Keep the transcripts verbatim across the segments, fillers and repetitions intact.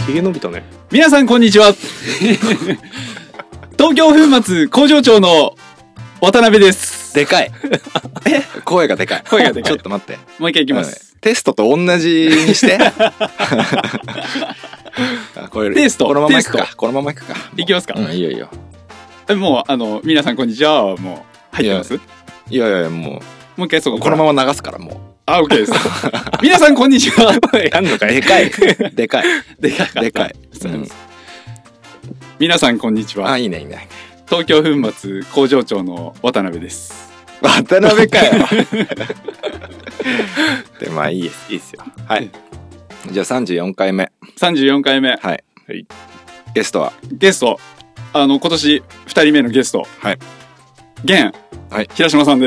ひげ伸びたね。 皆さんこんにちは東京粉末工場長の渡辺です。 でかい声がでかい声がでかい。 ちょっと待って、 もう一回いきます、 うん、テストと同じにしてこれテストこのままいくかこのままいくかいきますか、 うん、いいよいいよ。 もうあの皆さんこんにちはもう入ってます。 いやいやいやもうもう一回そここのまま流すからもうあ、OK です皆さんこんにちはやんのかでかいでかいでかいでかい、 うん、皆さんこんにちは。 あ、いいねいいね。 東京粉末工場長の渡辺です。 渡辺かよでまあいいですいいですよ。はい、じゃあさんじゅうよんかいめさんじゅうよんかいめ、 はい、はい、ゲストはゲストあの今年ふたりめのゲスト、 はい、 現、はい、平島さんです。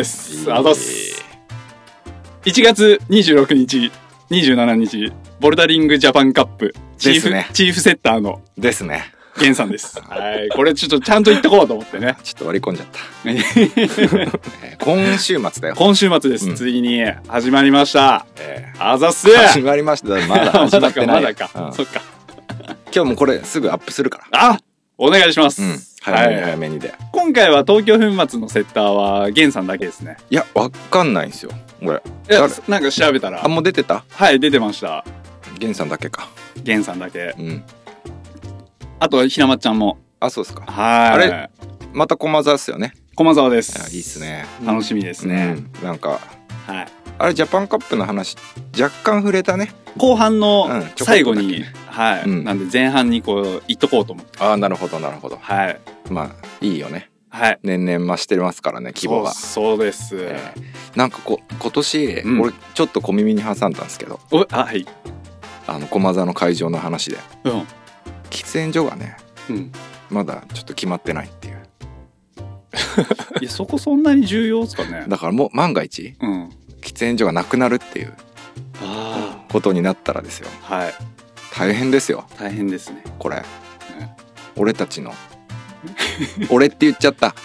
あざっす。いちがつにじゅうろくにちにじゅうしちにちボルダリングジャパンカップチーフ、ね、チーフセッターのですね源さんです。はい、これちょっとちゃんと言っとこうと思ってね。 ちょっと割り込んじゃった今週末だよ。 今週末です、うん、ついに始まりました、えー、あざっす。 始まりました。まだ始まってないまだか、まだか、うん、そっか今日もこれすぐアップするから。 あ、お願いします、うん、 早めに早めにで、はい、 今回は東京粉末のセッターは源さんだけですね。 いやわかんないんですよこれ。 いやなんか調べたらあもう出てた。 はい出てました。 源さんだけか。 源さんだけ。 うんあとひなまっちゃんも。 あそうですか。 はい。 あれまた駒沢っすよね。 駒沢です。 いいっすね。 楽しみですね、 うん、なんかはいあれジャパンカップの話若干触れたね後半の最後に、うん、はい、 うん、 なんで前半にこう言っとこうと思って。 ああなるほどなるほど。 はいまあいいよね。 はい、 年々増してますからね規模が。 そう、そうです、えー、なんかこ今年、うん、俺ちょっと小耳に挟んだんですけど、 おあはいあの駒沢の会場の話で、 うん、 喫煙所がね、 うん、 まだちょっと決まってないっていういやそこそんなに重要ですかね。 だからもう万が一、うん、喫煙所がなくなるっていうことになったらですよ、 はい、 大変ですよ。 大変ですねこれ、ね、俺たちの俺って言っちゃった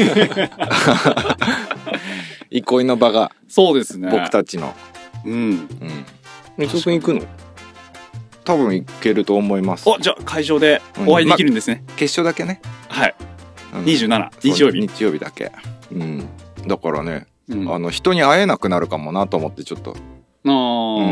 憩いの場がそうですね僕たちのうんうん三つくん行くの？ 多分行けると思います。 おじゃあ会場でお会いできるんですね、 ま、決勝だけね。 はい、うん、にじゅうしち日曜日日曜日だけ、うん、だからね、うん、あの人に会えなくなるかもなと思ってちょっとあ、うん、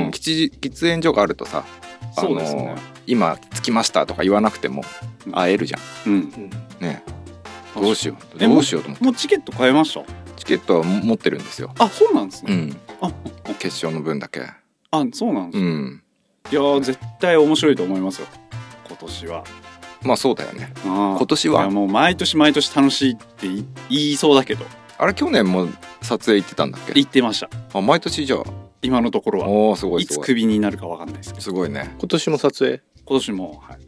喫煙所があるとさあのそうですね、 今着きましたとか言わなくても会えるじゃん、うん、ねどうしようどうしようと思って。 もうチケット買えました？ チケットは持ってるんですよ。 あそうなんですね、 うん、あ決勝の分だけ。 あそうなんですね、 うん、 いや絶対面白いと思いますよ今年は。 まあそうだよね。今年はいやもう毎年毎年楽しいって言いそうだけど。 あれ去年も撮影行ってたんだっけ？ 行ってました。 あ毎年じゃあ今のところは。 おーすごいすごい。 いつクビになるかわかんないですけど。 すごいね。 今年も撮影？ 今年も、はい、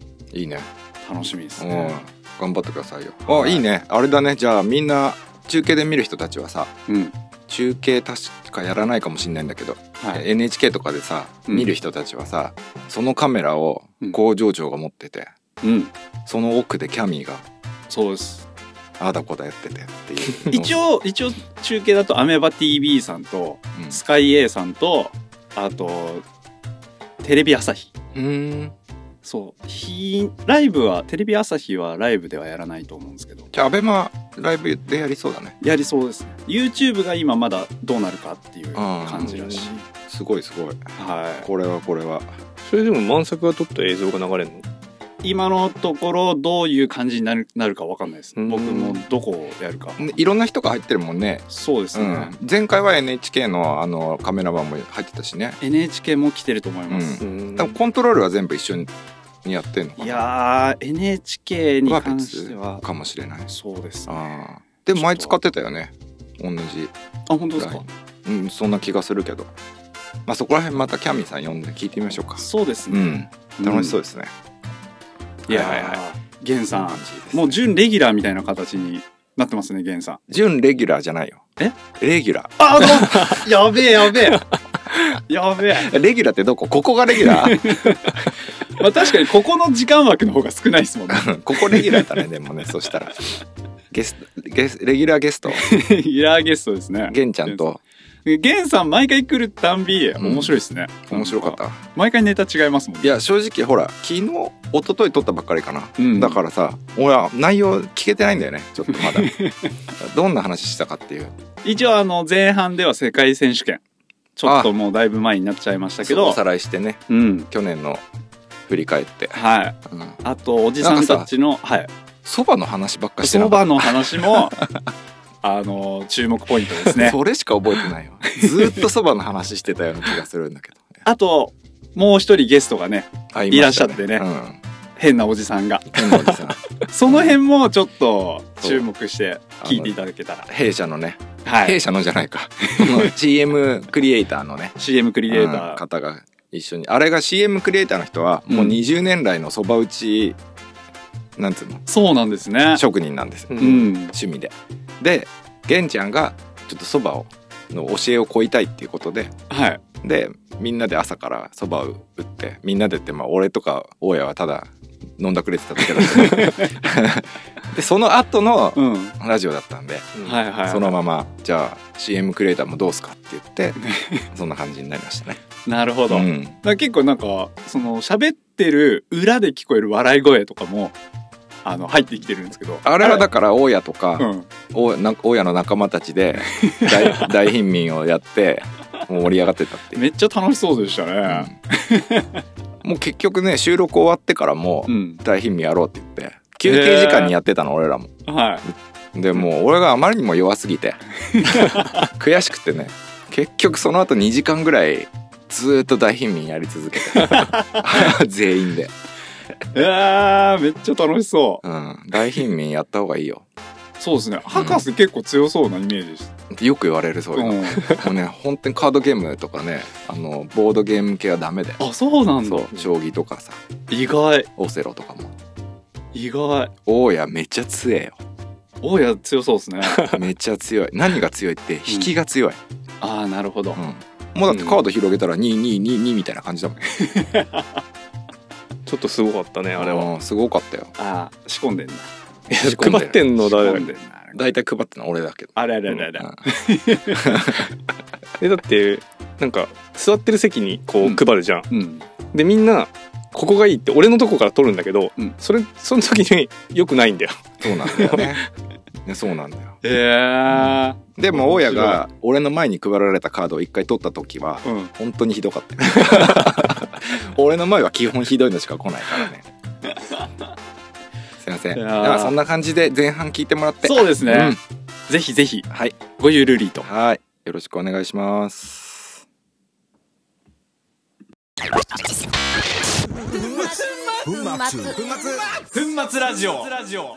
いいね。 楽しみですね。 頑張ってくださいよ。あ、いいね。あれだね。じゃあみんな中継で見る人たちはさ、うん、中継確かやらないかもしれないんだけど、はい、エヌエイチケー とかでさ、うん、見る人たちはさそのカメラを工場長が持ってて、うん、その奥でキャミーがそうですあだこだやっててっていう一応一応中継だとアメバ ティービー さんと、うん、スカイ A さんとあとテレビ朝日。うーんそうひライブはテレビ朝日はライブではやらないと思うんですけど。 じゃあアベマライブでやりそうだね。 やりそうですね。 YouTube が今まだどうなるかっていう感じらしい。 すごいすごい、はい、これはこれは。 それでも満作が撮った映像が流れるの？ 今のところどういう感じになる、なるか分かんないです。僕もどこをやるか。 いろんな人が入ってるもんね。 そうですね、うん、 前回は エヌエイチケー の, あのカメラマンも入ってたしね。 エヌエイチケー も来てると思います、 うん、多分コントロールは全部一緒にやってんのかな。 いやー エヌエイチケー に関してはかもしれない。 そうですね。 あでも前使ってたよね同じ。 あ本当ですか？ うん、そんな気がするけど、まあそこら辺またキャミーさん呼んで聞いてみましょうか。 そうですね、 うん、楽しそうですね、 うん、いやはいはいゲンさん、ね、もう準レギュラーみたいな形になってますね。ゲンさん準レギュラーじゃないよ。 えレギュラー。 ああやべえやべえやべえ。 レギュラーってどこ？ここがレギュラーまあ確かにここの時間枠の方が少ないですもんねここレギュラーだね。でもねそしたらゲストゲスレギュラーゲストレギュラーゲストですね。 ゲンちゃんとゲンさん毎回来るたんび面白いですね、 うん、面白かった。 毎回ネタ違いますもんね。 いや正直ほら昨日一昨日撮ったばっかりかな、うん、だからさ俺は内容聞けてないんだよねちょっとまだどんな話したかっていう。一応あの前半では世界選手権ちょっともうだいぶ前になっちゃいましたけどおさらいしてね、うん、去年の振り返って、 はい、うん、あとおじさんたちのはいそばの話ばっかしてなそばの話もあの注目ポイントですねそれしか覚えてないわずっとそばの話してたような気がするんだけど、ね、 あともう一人ゲストがねいらっしゃってね、うん、変なおじさんが変なおじさんその辺もちょっと注目して聞いていただけたら。 弊社のね、はい、弊社のじゃないかシーエム クリエイターのねシーエム クリエイター、 うん、方が一緒にあれが シーエム クリエイターの人はもうにじゅうねん来のそば打ち、うん、なんつうのそうなんですね職人なんですよ、うん、趣味でで玄ちゃんがちょっとそばをの教えを請いたいっていうことで、はい、でみんなで朝からそばを打ってみんなでってまあ俺とか大家はただ飲んだくれてただけだったでその後のラジオだったんで、うんはいはいはい、そのままじゃあ シーエム クリエイターもどうすかって言ってそんな感じになりましたね。 なるほど、うん、だから結構なんかその喋ってる裏で聞こえる笑い声とかもあの入ってきてるんですけど、 あれはだから大家とか、うん、大家の仲間たちで 大, 大貧民をやってもう盛り上がってたっていう。 めっちゃ楽しそうでしたね、 うん、もう結局ね収録終わってからも大貧民やろうって言って休憩時間にやってたの俺らも、はい、でもう俺があまりにも弱すぎて悔しくてね結局その後にじかんぐらいずっと大貧民やり続けて全員でいやーめっちゃ楽しそう、 うん、大貧民やった方がいいよ。 そうですね博士結構強そうなイメージです、 うん、よく言われるそういうの、うん、もうね本当にカードゲームとかねあのボードゲーム系はダメだよ。 あそうなんだ。 そう将棋とかさ意外オセロとかも意外。 大家めっちゃ強えよ。 大家強そうですねめっちゃ強い。何が強いって引きが強い、うん、 ああなるほど、うん、 もうだってカード広げたらににににみたいな感じだもんちょっとすごかったねあれは。 すごかったよ。 ああ仕込んでんだ。 いや配ってんの誰だっけ。 大体配ってんの俺だけど。 あれあれあれあれ、うん、 えだってなんか座ってる席にこう配るじゃん、うんうん、でみんなここがいいって俺のとこから取るんだけど、うん、それその時に良くないんだよ。 そうなんだよねねそうなんだよ。 へえー、でも大家が俺の前に配られたカードを一回取った時は、うん、本当にひどかった俺の前は基本ひどいのしか来ないからねすいません。ではそんな感じで前半聞いてもらって。 そうですね、うん、ぜひぜひ、はい、ごゆるりとはいよろしくお願いします。 粉末粉末ラジオ。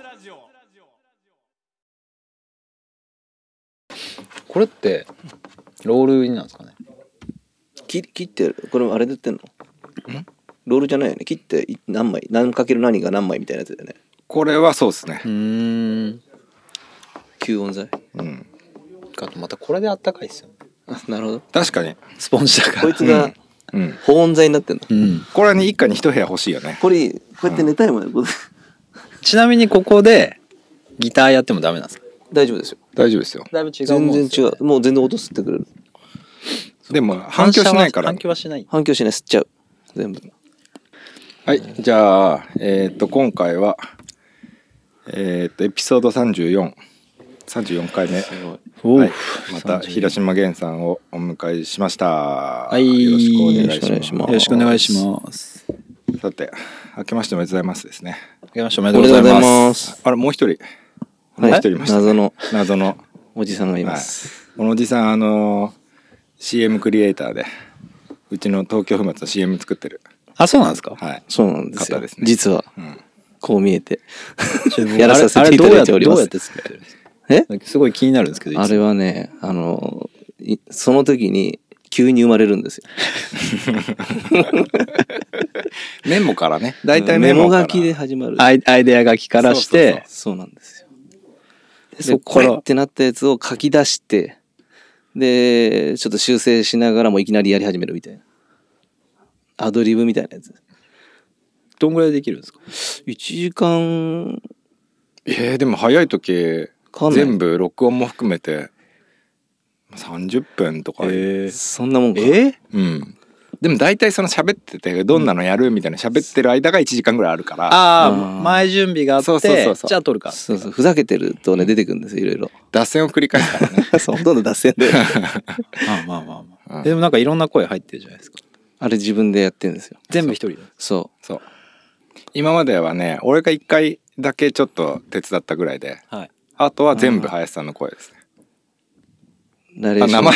これってロールなんですかね。 切, 切ってこれあれで言ってんの？んロールじゃないよね。切って何枚何かける何が何枚みたいなやつだよね。 これはそうですね。 うーん吸音材。 うん。またこれであったかいですよね。 あなるほど。 確かにスポンジだから。 こいつが保温材になってんの。 うん。これはね一家に一部屋欲しいよね。 これこうやって寝たいもんね。うん、 ちなみにここでギターやってもダメなんですか？ 大丈夫ですよ。 大丈夫ですよ。 だいぶ違うもんですよね。全然違う。もう全然音吸ってくれる。 でも反響しないから。 反響はしない。 反響しない吸っちゃう。全部。 はい、じゃあえっと今回はえっとエピソードさんじゅうよん、さんじゅうよんかいめ。はい、また平島源さんをお迎えしました。 はい、 よろしくお願いします。 よろしくお願いします。 さて明けましておめでとうございますですね。 明けましておめでとうございます。 あれもう一人。もう一人いました、ね。 謎の謎のおじさんがいます。 はい、このおじさんあの シーエム クリエイターでうちの東京粉末の シーエム 作ってる。 あ、そうなんですか。 はい。 そうなんですよ。 方ですね。 実は、うん、こう見えてやらさせていただいております。どうやって作ってるんですか。 え？ すごい気になるんですけど。 あれはね、あのその時に急に生まれるんですよ。 メモからね。大体メモ書きで始まる。 アイデア書きからして、 そうそうそう、そうなんですよ。でそこれってなったやつを書き出して、でちょっと修正しながらもいきなりやり始めるみたいな。アドリブみたいなやつ。 どんぐらいできるんですか？ いちじかん。 えー、でも早い時全部録音も含めてさんじゅっぷんとか、えー、そんなもんか。 えー、うんでも大体その喋っててどんなのやるみたいな喋ってる間がいちじかんぐらいあるから、 ああ前準備があってそうそうそうそうじゃあ撮るかそうそうふざけてるとね出てくるんですよいろいろ脱線を繰り返すからねそうほとんど脱線でまあまあまあまあ、うん、でもなんかいろんな声入ってるじゃないですかあれ自分でやってるんですよ全部一人でそうそう今まではね俺が一回だけちょっと手伝ったぐらいで、はい、あとは全部林さんの声ですねナレーション名前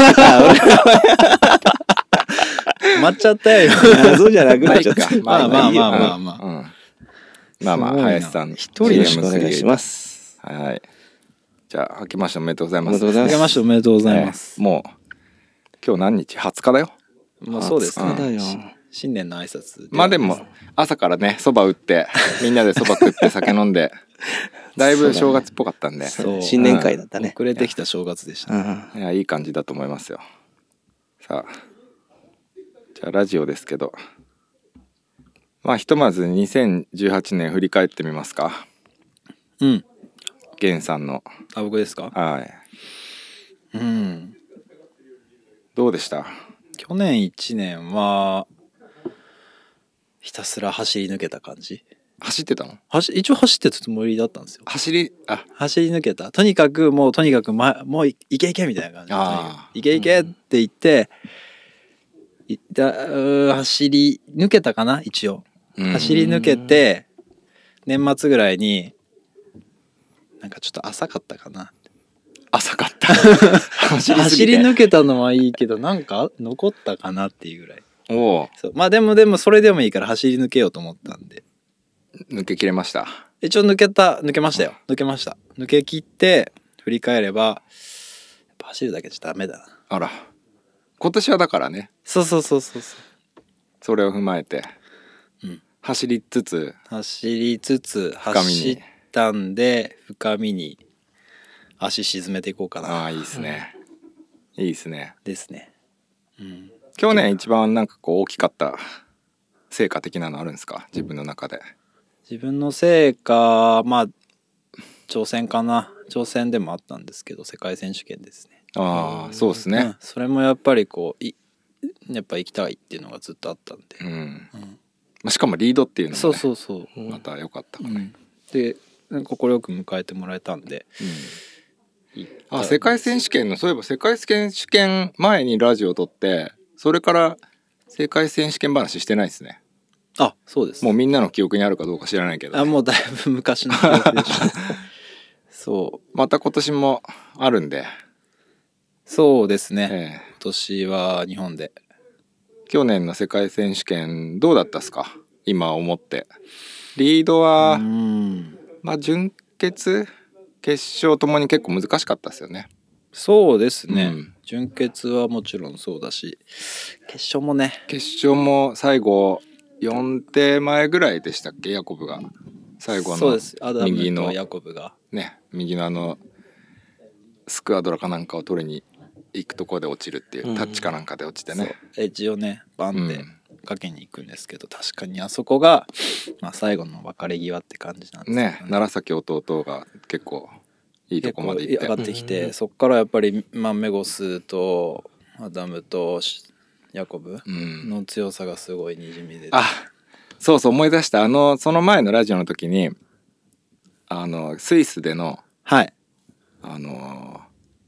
待っちゃったよそうじゃなくなっちゃったまあまあまあまあまあ、 うん、まあまあ林さん一人でよろしくお願いしますはいじゃあ明けましておめでとうございますおめでとうございます明けましておめでとうございます、 えー、もう今日何日はつかだよまあそうですねはつかだよ新年の挨拶まあでも朝からねそば打ってみんなでそば食って酒飲んでだいぶ正月っぽかったんでそう新年会だったね遅れてきた正月でした、 ね、いやいい感じだと思いますよさあじゃあラジオですけどまあひとまずにせんじゅうはちねん振り返ってみますかうん源さんのあ僕ですかはいうんどうでした去年いちねんはひたすら走り抜けた感じ走ってたの走一応走ってたつもりだったんですよ走りあ走り抜けたとにかくもうとにかく、ま、もういけいけみたいな感じあいけいけって言って、うん、いった走り抜けたかな一応走り抜けて年末ぐらいになんかちょっと浅かったかな浅かった走り走り抜けたのはいいけどなんか残ったかなっていうぐらいおそうまあでもでもそれでもいいから走り抜けようと思ったんで抜け切れました一応抜けた抜けましたよ抜けました抜け切って振り返ればやっぱ走るだけじゃダメだなあら今年はだからねそうそうそうそうそうそれを踏まえて、 うん、 走りつつ走りつつ走ったんで深みに足沈めていこうかなああいいですね、うん、いいですねですね、うん、 去年一番なんかこう大きかった成果的なのあるんですか自分の中で自分の成果まあ挑戦かな挑戦でもあったんですけど世界選手権ですねああそうですね、うん、 それもやっぱりこういやっぱ行きたいっていうのがずっとあったんで、 うんうんまあ、しかもリードっていうのも、ね、 そうそうそうまた良かったかね、 うん、で快く迎えてもらえたんで、 うん、あ世界選手権のそういえば世界選手権前にラジオを撮ってそれから世界選手権話してないですねあそうですもうみんなの記憶にあるかどうか知らないけど、ね、 あもうだいぶ昔の記憶でしたそうまた今年もあるんでそうですね、ええ、今年は日本で去年の世界選手権どうだったっすか今思ってリードはうんまあ準決決勝ともに結構難しかったですよねそうですね、うん、準決はもちろんそうだし決勝もね決勝も最後よんてまえぐらいでしたっけヤコブが最後の右のヤコブがね右のあのスクワドラかなんかを取りに行くところで落ちるっていう、うん、タッチかなんかで落ちてねエッジをねバンってかけに行くんですけど、うん、確かにあそこが、まあ、最後の別れ際って感じなんですねね楢崎弟が結構いいとこまで行って上がってきて、うん、そっからやっぱり、まあ、メゴスとアダムとヤコブの強さがすごいにじみ出て、うん、 あそうそう思い出したあのその前のラジオの時にあのスイスでのはいあの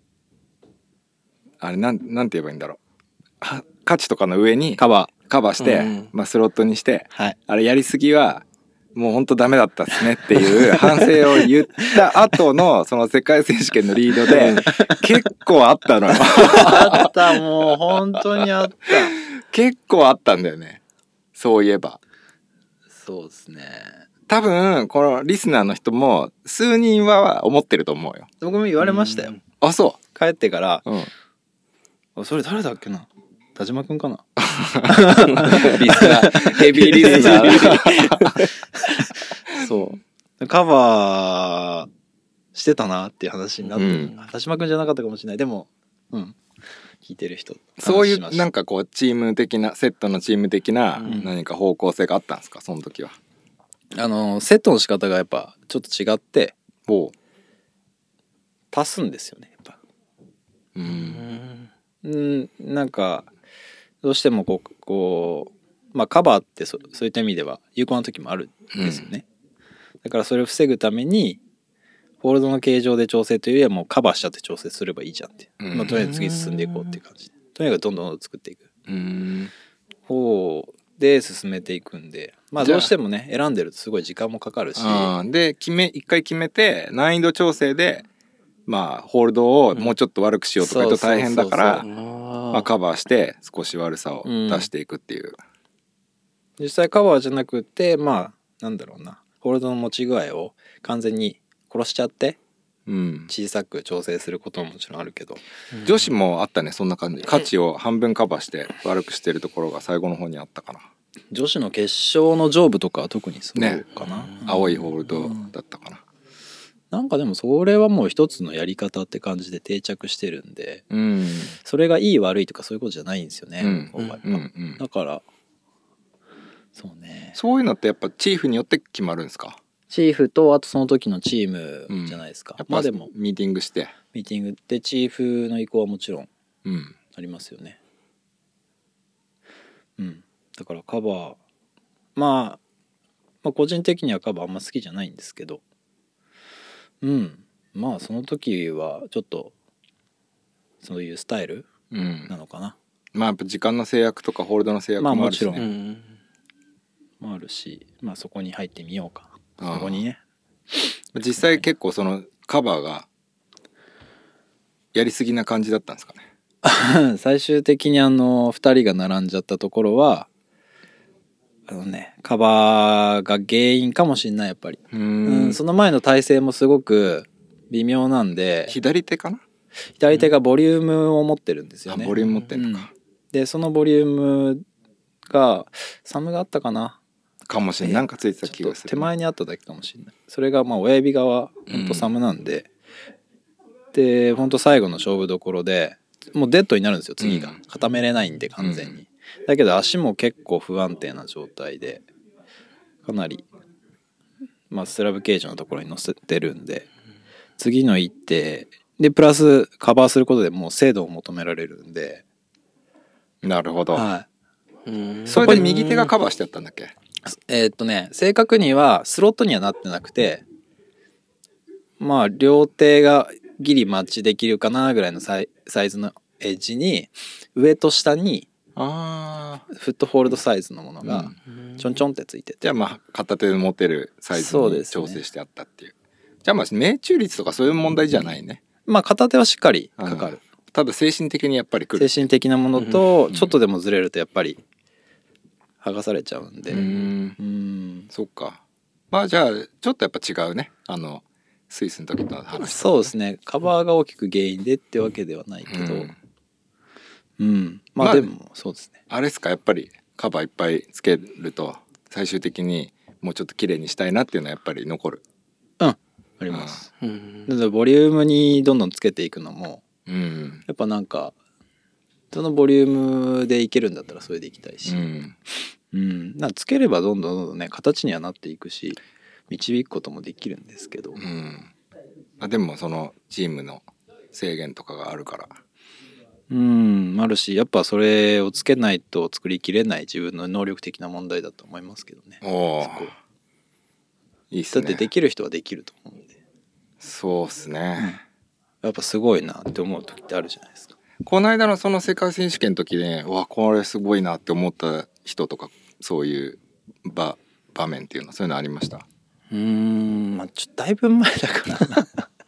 あれなんなんて言えばいいんだろう価値とかの上にカバーカバーして、うんまあ、スロットにして、 はい、 あれやりすぎはもうほんとダメだったっすねっていう反省を言った後のその世界選手権のリードで結構あったのよあったもう本当にあった結構あったんだよねそういえばそうですね多分このリスナーの人も数人は思ってると思うよ僕も言われましたよ、うん、 あそう帰ってから、 うんあそれ誰だっけな田島くんかなリスナーヘビーリスナーそうカバーしてたなっていう話になって、うん、田島くんじゃなかったかもしれないでもうん聞いてる人そういうなんかこうチーム的なセットのチーム的な何か方向性があったんですかその時はあのセットの仕方がやっぱちょっと違ってお足すんですよねやっぱうんうんなんかどうしてもこうこうまあカバーってそそういった意味では有効な時もあるんですよね、うん、だからそれを防ぐためにホールドの形状で調整というよりはもうカバーしちゃって調整すればいいじゃんって、うんまあ、とりあえず次進んでいこうっていう感じでとにかくどんどんどん作っていく方で進めていくんでまあどうしてもね選んでるとすごい時間もかかるしで決め一回決めて難易度調整でまあホールドをもうちょっと悪くしようとか言うと大変だからまあカバーして少し悪さを出していくっていう、 うん、実際カバーじゃなくてまあなんだろうなホールドの持ち具合を完全に殺しちゃって小さく調整することももちろんあるけど、 うん、女子もあったねそんな感じ価値を半分カバーして悪くしてるところが最後の方にあったかな。 女子の決勝の上部とかは特にそうかな、 ね、青いホールドだったかな、うん、 なんかでもそれはもう一つのやり方って感じで定着してるんで、うん、それがいい悪いとかそういうことじゃないんですよね、うんうんうんうん、だからそうねそういうのってやっぱチーフによって決まるんですか。 チーフとあとその時のチームじゃないですか、 うん、まあでもミーティングしてミーティングでチーフの意向はもちろんありますよね、うん、うん、だからカバー、まあ、まあ個人的にはカバーあんま好きじゃないんですけどうんまあその時はちょっとそういうスタイルなのかな、 うん、まあやっぱ時間の制約とかホールドの制約もあるしね、まあもちろん、うん、 もあるしまあそこに入ってみようかそこにね実際結構そのカバーがやりすぎな感じだったんですかね最終的にあのふたりが並んじゃったところはあのねカバーが原因かもしんないやっぱりうん、その前の体勢もすごく微妙なんで左手かな左手がボリュームを持ってるんですよね、 あボリューム持ってんのか、 うん、でそのボリュームがサムがあったかなかもしれないなんかついてた気がする手前にあっただけかもしれないそれがまあ親指側ほんとサムなんで、うん、でほんと最後の勝負どころでもうデッドになるんですよ次が、うん、固めれないんで完全に、うん、だけど足も結構不安定な状態でかなりまあスラブケージのところに乗せてるんで次の一手でプラスカバーすることでもう精度を求められるんでなるほど、 はい、 うんそれで右手がカバーしてあったんだっけえー、っとね正確にはスロットにはなってなくてまあ両手がギリマッチできるかなぐらいのサイ、サイズのエッジに上と下にあフットホールドサイズのものがちょんちょんってついてて、 じゃあまあ片手で持てるサイズに調整してあったっていう、じゃあまあ命中率とかそういう問題じゃないね、 まあ片手はしっかりかかる、 ただ精神的にやっぱり来る精神的なものとちょっとでもずれるとやっぱり剥がされちゃうんでうんうんそっかまあじゃあちょっとやっぱ違うねあのスイスの時の話、ね、 そうですねカバーが大きく原因でってわけではないけどうん、うん、まあでもそうですね、 まあ、あれですかやっぱりカバーいっぱいつけると最終的にもうちょっと綺麗にしたいなっていうのはやっぱり残るうんあります、うん、だからボリュームにどんどんつけていくのも、うん、やっぱなんかそのボリュームでいけるんだったらそれでいきたいし、うんうん、なんかつければどんどんどんどんね形にはなっていくし導くこともできるんですけど、うん、 あでもそのチームの制限とかがあるからうんあるしやっぱそれをつけないと作りきれない自分の能力的な問題だと思いますけどね。おそこいいっすね。だってできる人はできると思うんで。 そうっすね、 うん、やっぱすごいなって思う時ってあるじゃないですか。 この間のその世界選手権の時で、ね、わこれすごいなって思った人とかそういう場場面っていうのそういうのありました？ うーんまあちょっとだいぶ前だからな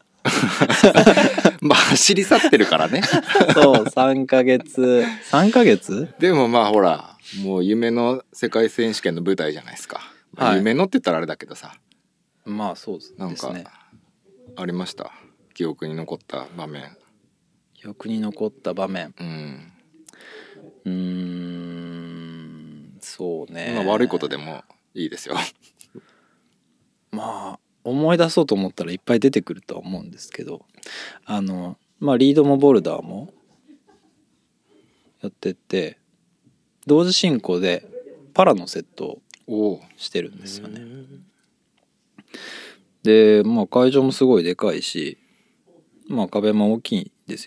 まあ走り去ってるからねそうさんかげつさんかげつでもまあほらもう夢の世界選手権の舞台じゃないですか、まあ、夢のって言ったらあれだけどさ、はい、 まあそうですね。 なんかありました記憶に残った場面。 記憶に残った場面うんうーんそうね、 まあ、悪いことでもいいですよまあ思い出そうと思ったらいっぱい出てくるとは思うんですけどあのまあリードもボルダーもやってて同時進行でパラのセットをしてるんですよね。でまあ会場もすごいでかいしまあ壁も大きいんですよ。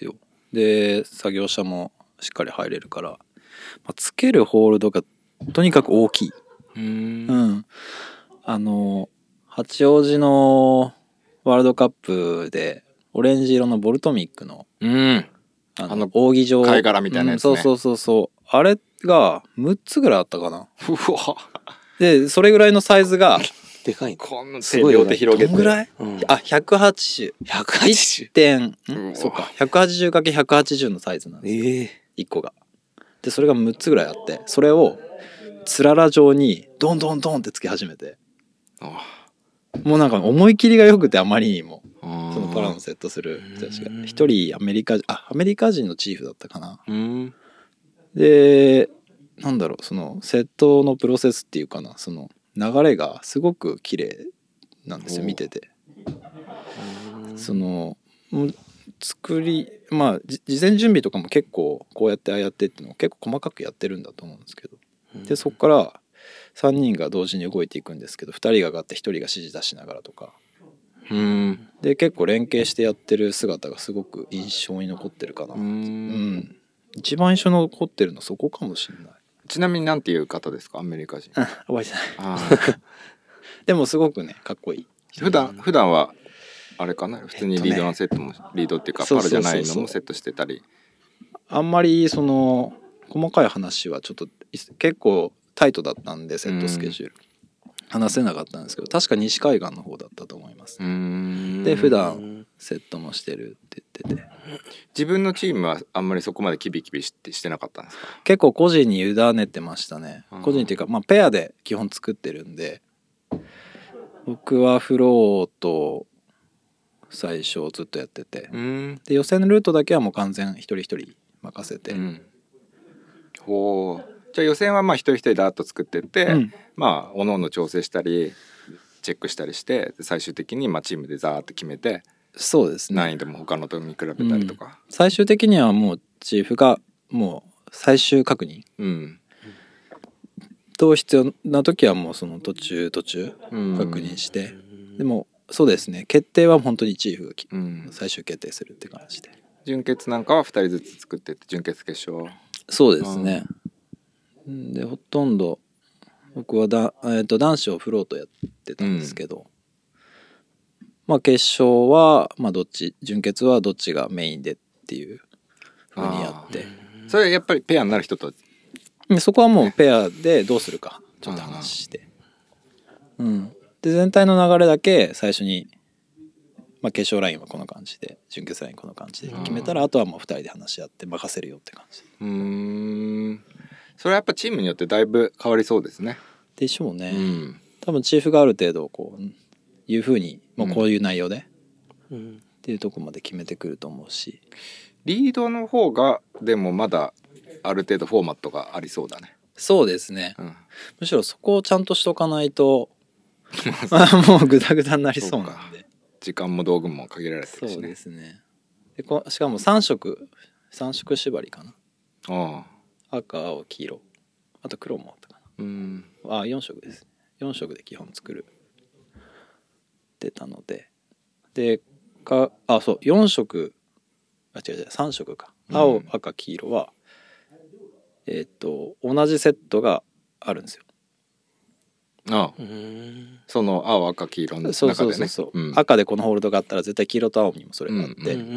で作業車もしっかり入れるから、まあ、つけるホールドがとにかく大きい。うん、うん、あの八王子のワールドカップでオレンジ色のボルトミックの、うん、あの扇状貝殻みたいなやつね、 うん、そうそうそうそうあれがむっつぐらいあったかな。うわでそれぐらいのサイズがでかいこんな手両手広げてどんぐらい、うん、あひゃくはちじゅう ひゃくはちじゅう いってんそうか ひゃくはちじゅうかけるひゃくはちじゅう のサイズなんですよ、えー、いっこが。でそれがむっつぐらいあってそれをつらら状にドンドンドンってつけ始めて、あもうなんか思い切りがよくてあまりにもそのパラのセットする人たちが一人アメリカあアメリカ人のチーフだったかな。うんでなんだろうそのセットのプロセスっていうかなその流れがすごく綺麗なんですよ見てて。その作りまあ事前準備とかも結構こうやってああやってっていうのを結構細かくやってるんだと思うんですけど、でそこからさんにんが同時に動いていくんですけどふたりが上がってひとりが指示出しながらとかうんで結構連携してやってる姿がすごく印象に残ってるかな。うんうん一番印象に残ってるのはそこかもしれない。 ちなみに何ていう方ですかアメリカ人。 覚えてないあでもすごくねかっこいい。 普段普段はあれかな普通にリードのセットも、えっとね、リードっていうかパルじゃないのもセットしてたり。 あんまりその細かい話はちょっと結構タイトだったんでセットスケジュール話せなかったんですけど確か西海岸の方だったと思います。うんで普段セットもしてるって言ってて自分のチームはあんまりそこまでキビキビしてしてなかったんですか。 結構個人に委ねてましたね。個人っていうか、まあ、ペアで基本作ってるんで僕はフローと最初ずっとやっててで予選のルートだけはもう完全一人一人任せて、うん、 ほうじゃあ予選はまあ一人一人ダーッと作ってって、うん、まあおのおの調整したりチェックしたりして最終的にまあチームでザーッと決めてそうですね難易度も他のと見比べたりとか、うん、 最終的にはもうチーフがもう最終確認、うん、と必要な時はもうその途中途中確認して、うん、でもそうですね決定は本当にチーフが、うん、最終決定するって感じで準決なんかはふたりずつ作ってって準決決勝そうですね、うん、でほとんど僕はだ、えー、と男子をフロートやってたんですけど、うん、まあ決勝はまあどっち準決はどっちがメインでっていう風にやってそれやっぱりペアになる人とそこはもうペアでどうするかちょっと話して、うんで全体の流れだけ最初に、まあ、決勝ラインはこの感じで準決ラインこの感じで決めたらあとはもうふたりで話し合って任せるよって感じ。 うーんそれはやっぱチームによってだいぶ変わりそうですね。 でしょうね、うん、多分チーフがある程度こういうふうにもうこういう内容で、うん、っていうところまで決めてくると思うしリードの方がでもまだある程度フォーマットがありそうだね。 そうですね、うん、むしろそこをちゃんとしとかないともうグダグダになりそうなんで時間も道具も限られてるしね。 そうですねでこしかもさん色さん色縛りかな。ああ赤青黄色あと黒もあったかな。うんあよん色ですね。よん色で基本作るってたのででかあそうよん色あ違う違うさん色か青、うん、赤黄色はえっと同じセットがあるんですよ。 ああうんその青赤黄色の中でねそうそうそうそう、うん、赤でこのホールドがあったら絶対黄色と青にもそれがあって、うんうん、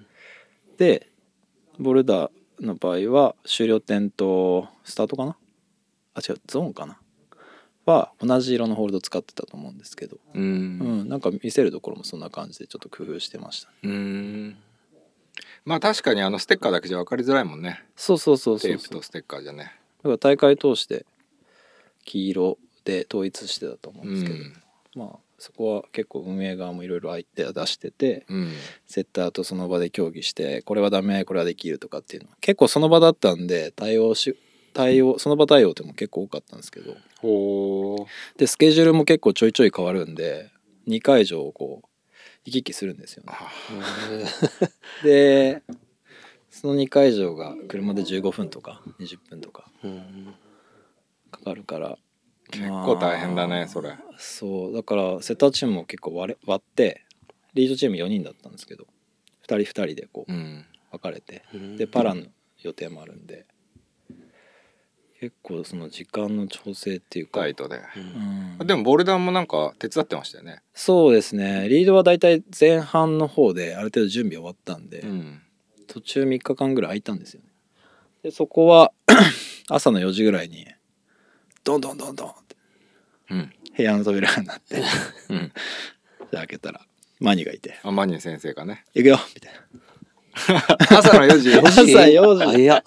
でボルダーの場合は終了点とスタートかなあ違うゾーンかなは同じ色のホールド使ってたと思うんですけど、うん、うん、なんか見せるところもそんな感じでちょっと工夫してました、ね、うんまあ確かにあのステッカーだけじゃ分かりづらいもんね。 そうそうそうそうテープとステッカーじゃね。 だから大会通して黄色で統一してたと思うんですけど、うん、まあそこは結構運営側もいろいろ相手は出してて、うん、セッターとその場で協議してこれはダメこれはできるとかっていうの結構その場だったんで対応し対応その場対応っても結構多かったんですけどほーでスケジュールも結構ちょいちょい変わるんでにかいじょうをこう行き来するんですよねでそのにかいじょうが車でじゅうごふんとかにじゅっぷんとかかかるから結構大変だねそれ。 そうだからセッターチームも結構割れ割ってリードチームよにんだったんですけどふたりふたりでこう、うん、 分かれて、でパラの予定もあるんで、結構その時間の調整っていうかタイトで、うん、でもボルダーもなんか手伝ってましたよね。 そうですね、リードはだいたい前半の方である程度準備終わったんで、うん、途中みっかかんぐらい空いたんですよね。でそこは朝のよじぐらいにドンドンドンドンって、うん、部屋の扉が鳴って、うん、で開けたらマニがいて、 あマニ先生がね、 行くよみたいな朝のよじ朝よじあいや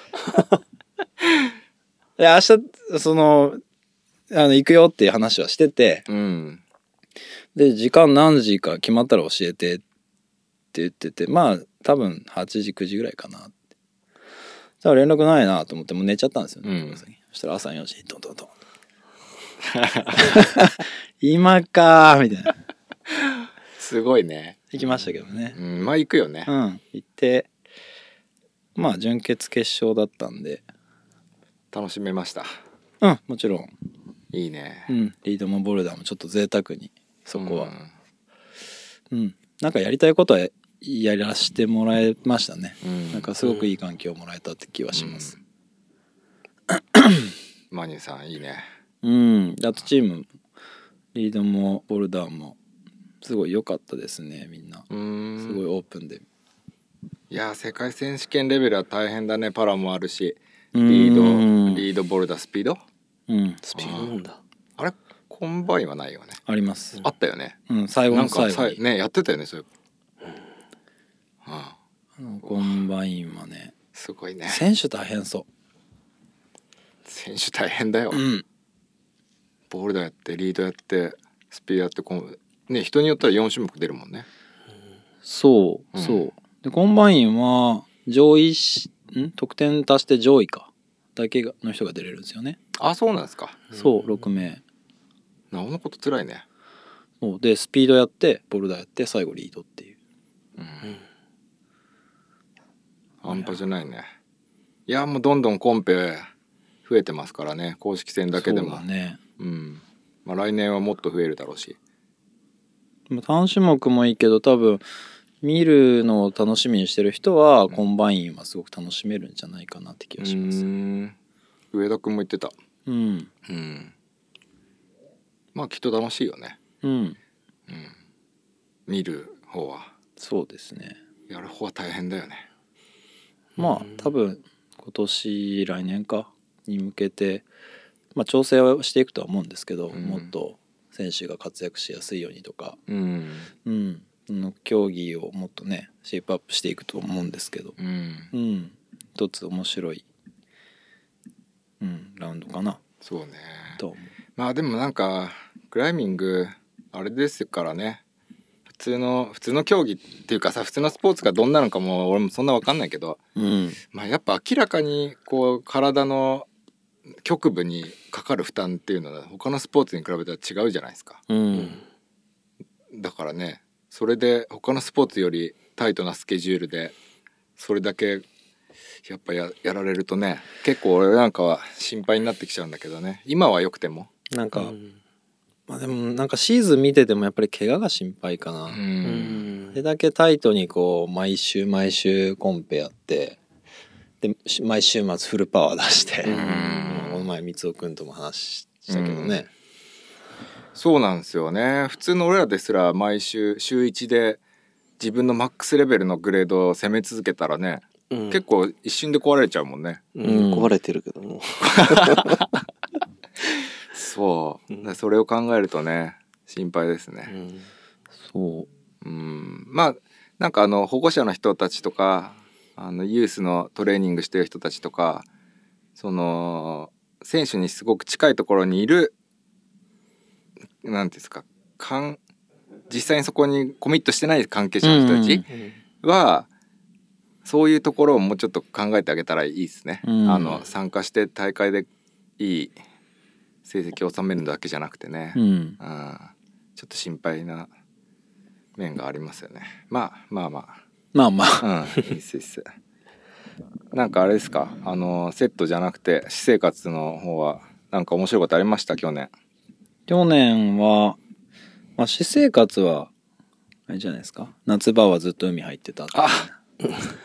で明日そのあの行くよっていう話はしてて、うん、で時間何時か決まったら教えてって言ってて、まあ多分はちじくじぐらいかなって。じゃあ連絡ないなと思ってもう寝ちゃったんですよね、うん、そしたら朝よじにドンドンドン今かーみたいなすごいね。 行きましたけどね、 うん、まあ行くよね。 うん行って、まあ準決決勝だったんで楽しめました。 うん、もちろん。 いいね。 うん、リードもボルダーもちょっと贅沢にそこは、うん、うん、なんかやりたいことはやらしてもらいましたね、うん、なんかすごくいい環境をもらえたって気はします、 うん、マニーさんいいね。 うん、あとチームリードもボルダーもすごい良かったですね。みんなすごいオープンで。 いや世界選手権レベルは大変だね。パラもあるしリードリードボルダースピード、 うん、 スピードなんだ。 あれコンバインはないよね。 あります。 あったよね、 うん、最後の最後にねやってたよね。そういう、うんはあ、あのコンバインはねすごいね。 選手大変そう。 選手大変だよ、うん、ボルダーやってリードやってスピードやってこうね、人によったらよん種目出るもんね。 そう、うん、そうでコンバインは上位ん得点足して上位かだけの人が出れるんですよね。 あ、そうなんですか。 そうろく名。 なおのことつらいね。 そうでスピードやってボルダーやって最後リードっていう、うん、 半端じゃないね。いやもうどんどんコンペ増えてますからね。公式戦だけでも。 そうだね、 うんまあ、来年はもっと増えるだろうし。 単種目もいいけど多分見るのを楽しみにしてる人は、うん、コンバインはすごく楽しめるんじゃないかなって気がします。うーん上田君も言ってた。 うん、 うん、まあきっと楽しいよね。 うん、うん、 見る方は。 そうですね。 やる方は大変だよね。 まあ多分今年来年かに向けて、まあ、調整はしていくとは思うんですけど、うん、もっと選手が活躍しやすいようにとか、うんうん、の競技をもっとねシェイプアップしていくと思うんですけど、うんうん、一つ面白い、うん、ラウンドかな。 そうね。 と思う。 まあでもなんかクライミングあれですからね。普通の普通の競技っていうかさ、普通のスポーツがどんなのかも俺もそんな分かんないけど、うん、まあやっぱ明らかにこう体の局部にかかる負担っていうのは他のスポーツに比べたら違うじゃないですか、うん、だからねそれで他のスポーツよりタイトなスケジュールでそれだけやっぱ や, やられるとね結構俺なんかは心配になってきちゃうんだけどね。今はよくてもなんか、うん、まあでもなんかシーズン見ててもやっぱり怪我が心配かな。うん、それだけタイトにこう毎週毎週コンペやってで毎週末フルパワー出して、うんこの前光雄君とも話したけどね、うん、 そうなんですよね。普通の俺らですら毎週週いちで自分のマックスレベルのグレードを攻め続けたらね、うん、結構一瞬で壊れちゃうもんね、 うん、壊れてるけどもそう、うん、それを考えるとね心配ですね、うん、 そう、 うん、まあなんかあの保護者の人たちとかあのユースのトレーニングしてる人たちとかその選手にすごく近いところにいるなんていうんですかかん実際にそこにコミットしてない関係者の人たちは、うん、そういうところをもうちょっと考えてあげたらいいですね、うん、あの参加して大会でいい成績を収めるだけじゃなくてね、うん、あちょっと心配な面がありますよね。まあまあまあまあまあ、 うん、いいっすいいっす。なんかあれですかあのセットじゃなくて私生活の方はなんか面白いことありました去年？ 去年は、まあ、私生活はあれじゃないですか夏場はずっと海入ってたって。 あ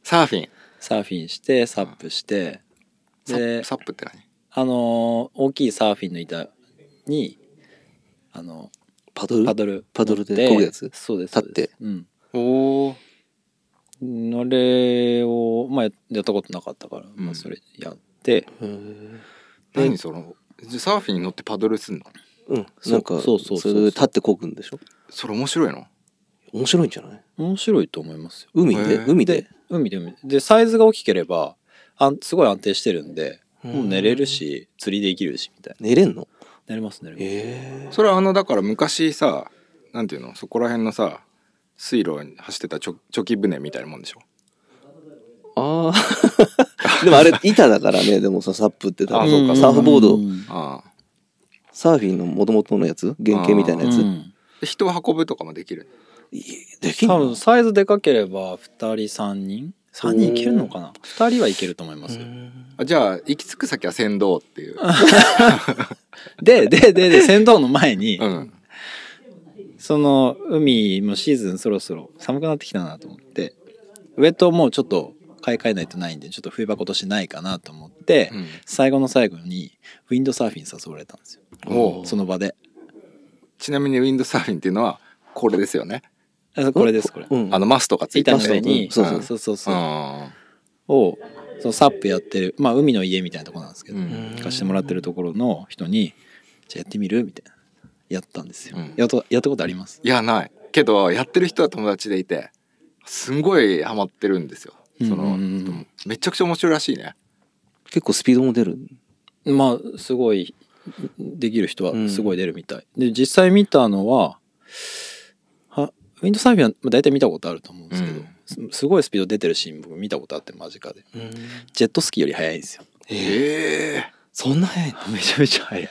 サーフィンサーフィンしてサップして、 うん、でサップって何？ あの大きいサーフィンの板にあのパドルパドルパドルで漕ぐやつ？ そうです。 立って、 うん、 おお。 あれをまあやったことなかったから、うん、まあ、それやって、 何そのサーフィンに乗ってパドルすんの？ うん、なんかそうそうそう、それで立って漕ぐんでしょ。 それ面白いの？ 面白いんじゃない？ 面白いと思いますよ。 海で海で海で海ででサイズが大きければあすごい安定してるんで、もう寝れるし釣りできるしみたいな。 寝れんの？ 寝れます寝れます。 えー、それはあのだから昔さ、なんていうの、そこら辺のさ水路に走ってたチョチョキ船みたいなもんでしょ。 ああでもあれ板だからね。でもさサップって多分そうか、サーフボード、あサーフィンの元々のやつ原型みたいなやつ、 で人を運ぶとかもできる？ できる。多分サイズでかければふたりさんにんさんにんいけるのかな。ふたりはいけると思いますよ。 あ、じゃあ行き着く先は船頭っていうでででで船頭の前に、うん、その海もシーズンそろそろ寒くなってきたなと思って、ウェットをもうちょっと買い替えないとないんで、ちょっと冬場今年ないかなと思って、うん、最後の最後にウィンドサーフィン誘われたんですよ。おその場で。 ちなみにウィンドサーフィンっていうのはこれですよね。 これですこれ、うん、 あのマストがついてる板の上に、そうそうそうそうそう、うん、をそのサップやってる、まあ海の家みたいなところなんですけど、うん、貸してもらってるところの人にじゃあやってみるみたいなやったんですよ、うん、やっとやったことあります？ いやないけどやってる人は友達でいてすんごいハマってるんですよ。その、うんうんうん、めちゃくちゃ面白いらしいね。 結構スピードも出る？ まあすごいできる人はすごい出るみたい、うん、で実際見たのははウィンドサーフィンは大体見たことあると思うんですけど、うん、すごいスピード出てるシーン僕見たことあって間近で、うん、ジェットスキーより速いんですよ。 へえ、そんな速いの？ めちゃめちゃ速いです。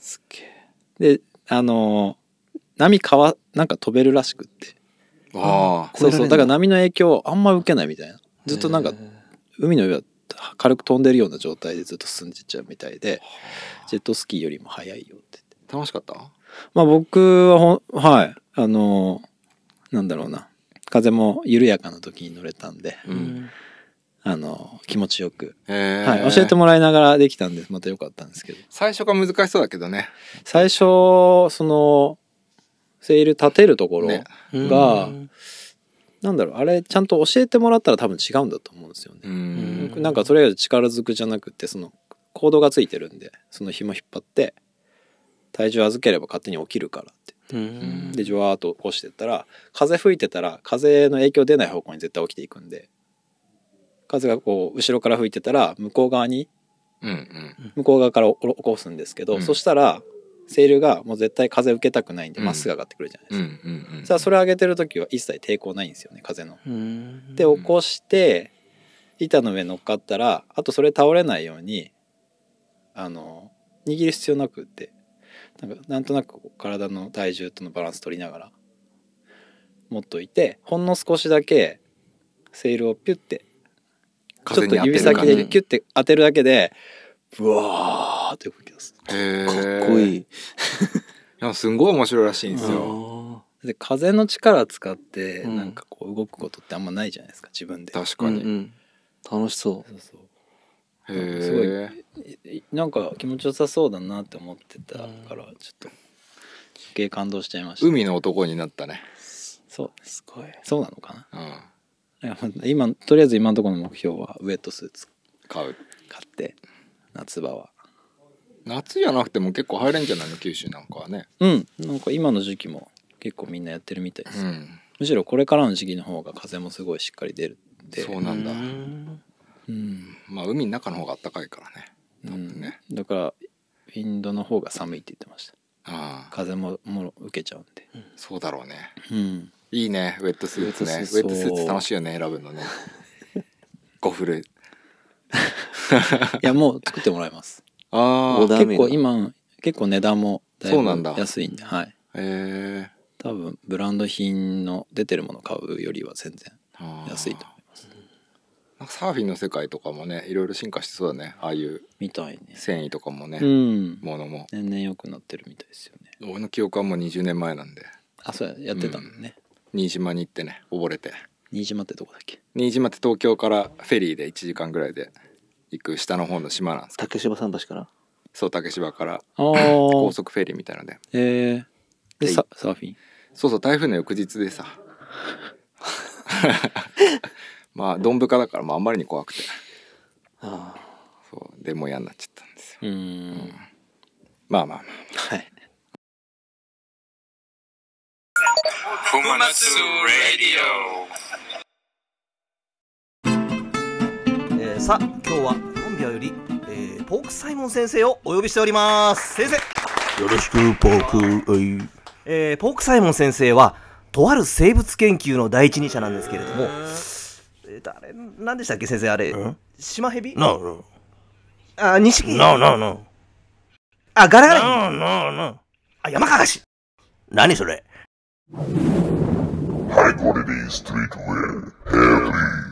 すっげえ。であの波川なんか飛べるらしくって、ああそうそう、だから波の影響あんま受けないみたいな、ずっとなんか海の上は軽く飛んでるような状態でずっと進んでっちゃうみたいで、ジェットスキーよりも速いよって言って。 楽しかった？ まあ僕はほはいあのなんだろうな、風も緩やかな時に乗れたんで、うん、あの気持ちよく、はい、教えてもらいながらできたんでまた良かったんですけど、 最初が難しそうだけどね。 最初そのセール立てるところが、ね、なんだろう、あれちゃんと教えてもらったら多分違うんだと思うんですよね。うんなんかそれより力ずくじゃなくて、そのコードがついてるんでその紐引っ張って体重預ければ勝手に起きるからって。うんでじわーっと起こしてったら、風吹いてたら風の影響出ない方向に絶対起きていくんで、風がこう後ろから吹いてたら向こう側に、うんうん、向こう側から起こすんですけど、うん、そしたらセールがもう絶対風受けたくないんでまっすぐ上がってくるじゃないですか、うんうんうんうん、さあそれ上げてる時は一切抵抗ないんですよね、風の。で起こして板の上乗っかったら、あとそれ倒れないようにあの握る必要なくって、なんかなんとなく体の体重とのバランス取りながら持っといて、ほんの少しだけセールをピュッてちょっと指先でキュッて当てるだけでブワーって動き出す。 へーかっこいい。いやすんごい面白いらしいんですよ。 で風の力使ってなんかこう動くことってあんまないじゃないですか、自分で。 確かに、うんうん、 楽しそう。そうそう 。へすごいなんか気持ちよさそうだなって思ってたから、ちょっと余計感動しちゃいました。 海の男になったね。 そうすごい。そうなのかな。うん、今とりあえず今のところの目標はウェットスーツ買う買って夏場は。 夏じゃなくても結構入れんじゃないの、九州なんかはね。 うん、なんか今の時期も結構みんなやってるみたいです、うん、むしろこれからの時期の方が風もすごいしっかり出るんで。 そうなんだ。うん、まあ海の中の方が暖かいからね、多分ね、 うん、だからインドの方が寒いって言ってました。あ風もも受けちゃうんで、うん、 そうだろうね、 うん、 いいねウェットスーツね。ウェットスーツ楽しいよね、選ぶのね。ごフルいやもう作ってもらいます。ああ結構今結構値段もだいぶ安いんで、はい。へえ。多分ブランド品の出てるもの買うよりは全然安いと思います。 なんかサーフィンの世界とかもねいろいろ進化してそうだね。ああいうみたいね。 繊維とかもね、うん、ものも年々良くなってるみたいですよね。 俺の記憶はもうにじゅうねんまえなんで。 あそうやってたのね、 うん、新島に行ってね溺れて新島ってどこだっけ？ 新島って東京からフェリーでいちじかんぐらいで行く下の方の島なんですけど。 竹芝桟橋から？ そう、竹芝から高高速フェリーみたいなので。 えー、でサーフィン。 そうそう、台風の翌日でさまあドンブカだから、まあ、あんまりに怖くて、ああ、そうでもう嫌になっちゃったんですよ。うん、うん、まあまあまあ、はい。 ふまつレディオ、えー、さあ今日はコンビアより、えー、ポークサイモン先生をお呼びしております。先生よろしくポーク、 えー、ポークサイモン先生はとある生物研究の第一人者なんですけれども、えー、とあれ何でしたっけ先生、あれシマヘビ？ No, no. あ、ニシキ？ No, no, no. あ、ガラガラ？ No, no, no. あ、ヤマカガシ？ 何それ？ High quality streetwear hair please。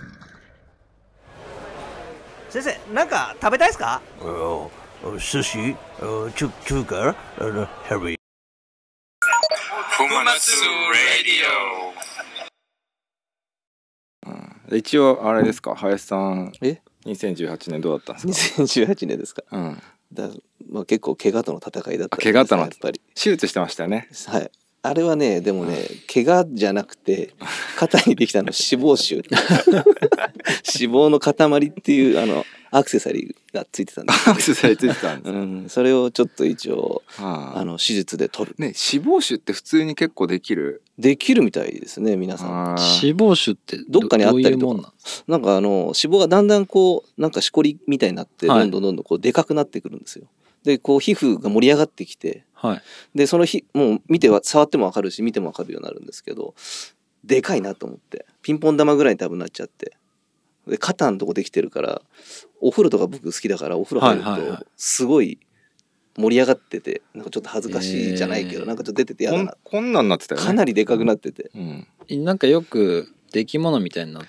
先生、なんか食べたいですか？ 寿司、中中華、ヘビー。 ふまつレディオ。一応あれですか、林さん。 え？ にせんじゅうはちねんどうだったんですか？ にせんじゅうはちねんですか。うん。だまあ結構怪我との戦いだったんです。 怪我とのやっぱり手術してましたよね。 はい。あれはね、でもね、怪我じゃなくて肩にできたの脂肪腫脂肪の塊っていうあのアクセサリーがついてたんです。 アクセサリーついてたんです、 うん、それをちょっと一応、はあ、あの手術で取る。 ね、脂肪腫って普通に結構できるできるみたいですね、皆さん。 脂肪腫ってどっかにあったりとか、 どういうもんなんですか？ なんかあの脂肪がだんだんこうなんかしこりみたいになってどんどんどんどんこうでかくなってくるんですよ。でこう皮膚が盛り上がってきて、はい、でその日もう見ては触っても分かるし見ても分かるようになるんですけど、でかいなと思ってピンポン玉ぐらいに多分なっちゃって、で肩のとこできてるから、お風呂とか僕好きだからお風呂入るとすごい盛り上がってて、なんかちょっと恥ずかしいじゃないけど、なんかちょっと出てて嫌だな。 こん、こんなんなってたよね。 かなりでかくなってて、うん、 なんかよく出来物みたいになって、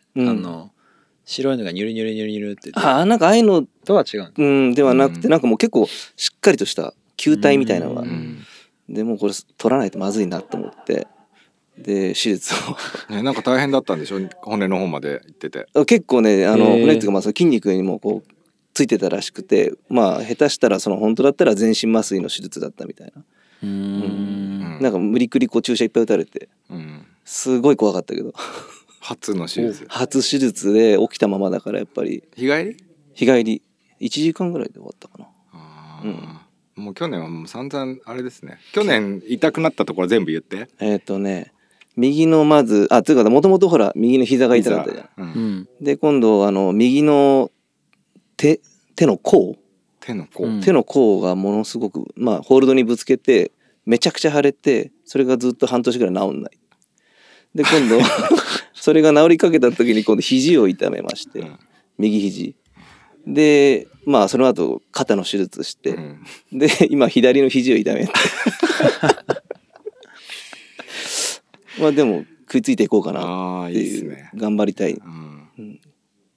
うん、あの白いのがニュルニュルニュルニュルってああ、なんかああいうのとは違う、 うん、ではなくて、なんかもう結構しっかりとした球体みたいなのが、でもうこれ取らないとまずいなと思ってで手術をね、なんか大変だったんでしょ、骨の方まで行ってて。 結構ね、あの骨っていうかまあその筋肉にもこうついてたらしくて、まあ下手したらその本当だったら全身麻酔の手術だったみたいな。うーん、うん、なんか無理くりこう注射いっぱい打たれて、うん、すごい怖かったけど初の手術初手術で起きたままだからやっぱり日帰り日帰りいちじかんぐらいで終わったかな。 あ、うん、もう去年はもう散々あれですね。去年痛くなったところ全部言って。 えっとね右のまずあつうかもともとほら右の膝が痛かったじゃん、うん、で今度あの右の手手の甲手の甲、 うん、手の甲がものすごくまあホールドにぶつけてめちゃくちゃ腫れて、それがずっと半年ぐらい治んない。で今度それが治りかけた時に今度肘を痛めまして、うん、右肘でまあその後肩の手術して、うん、で今左の肘を痛めてまあでも食いついていこうかなっていう、いいですね、頑張りたい、うんうん、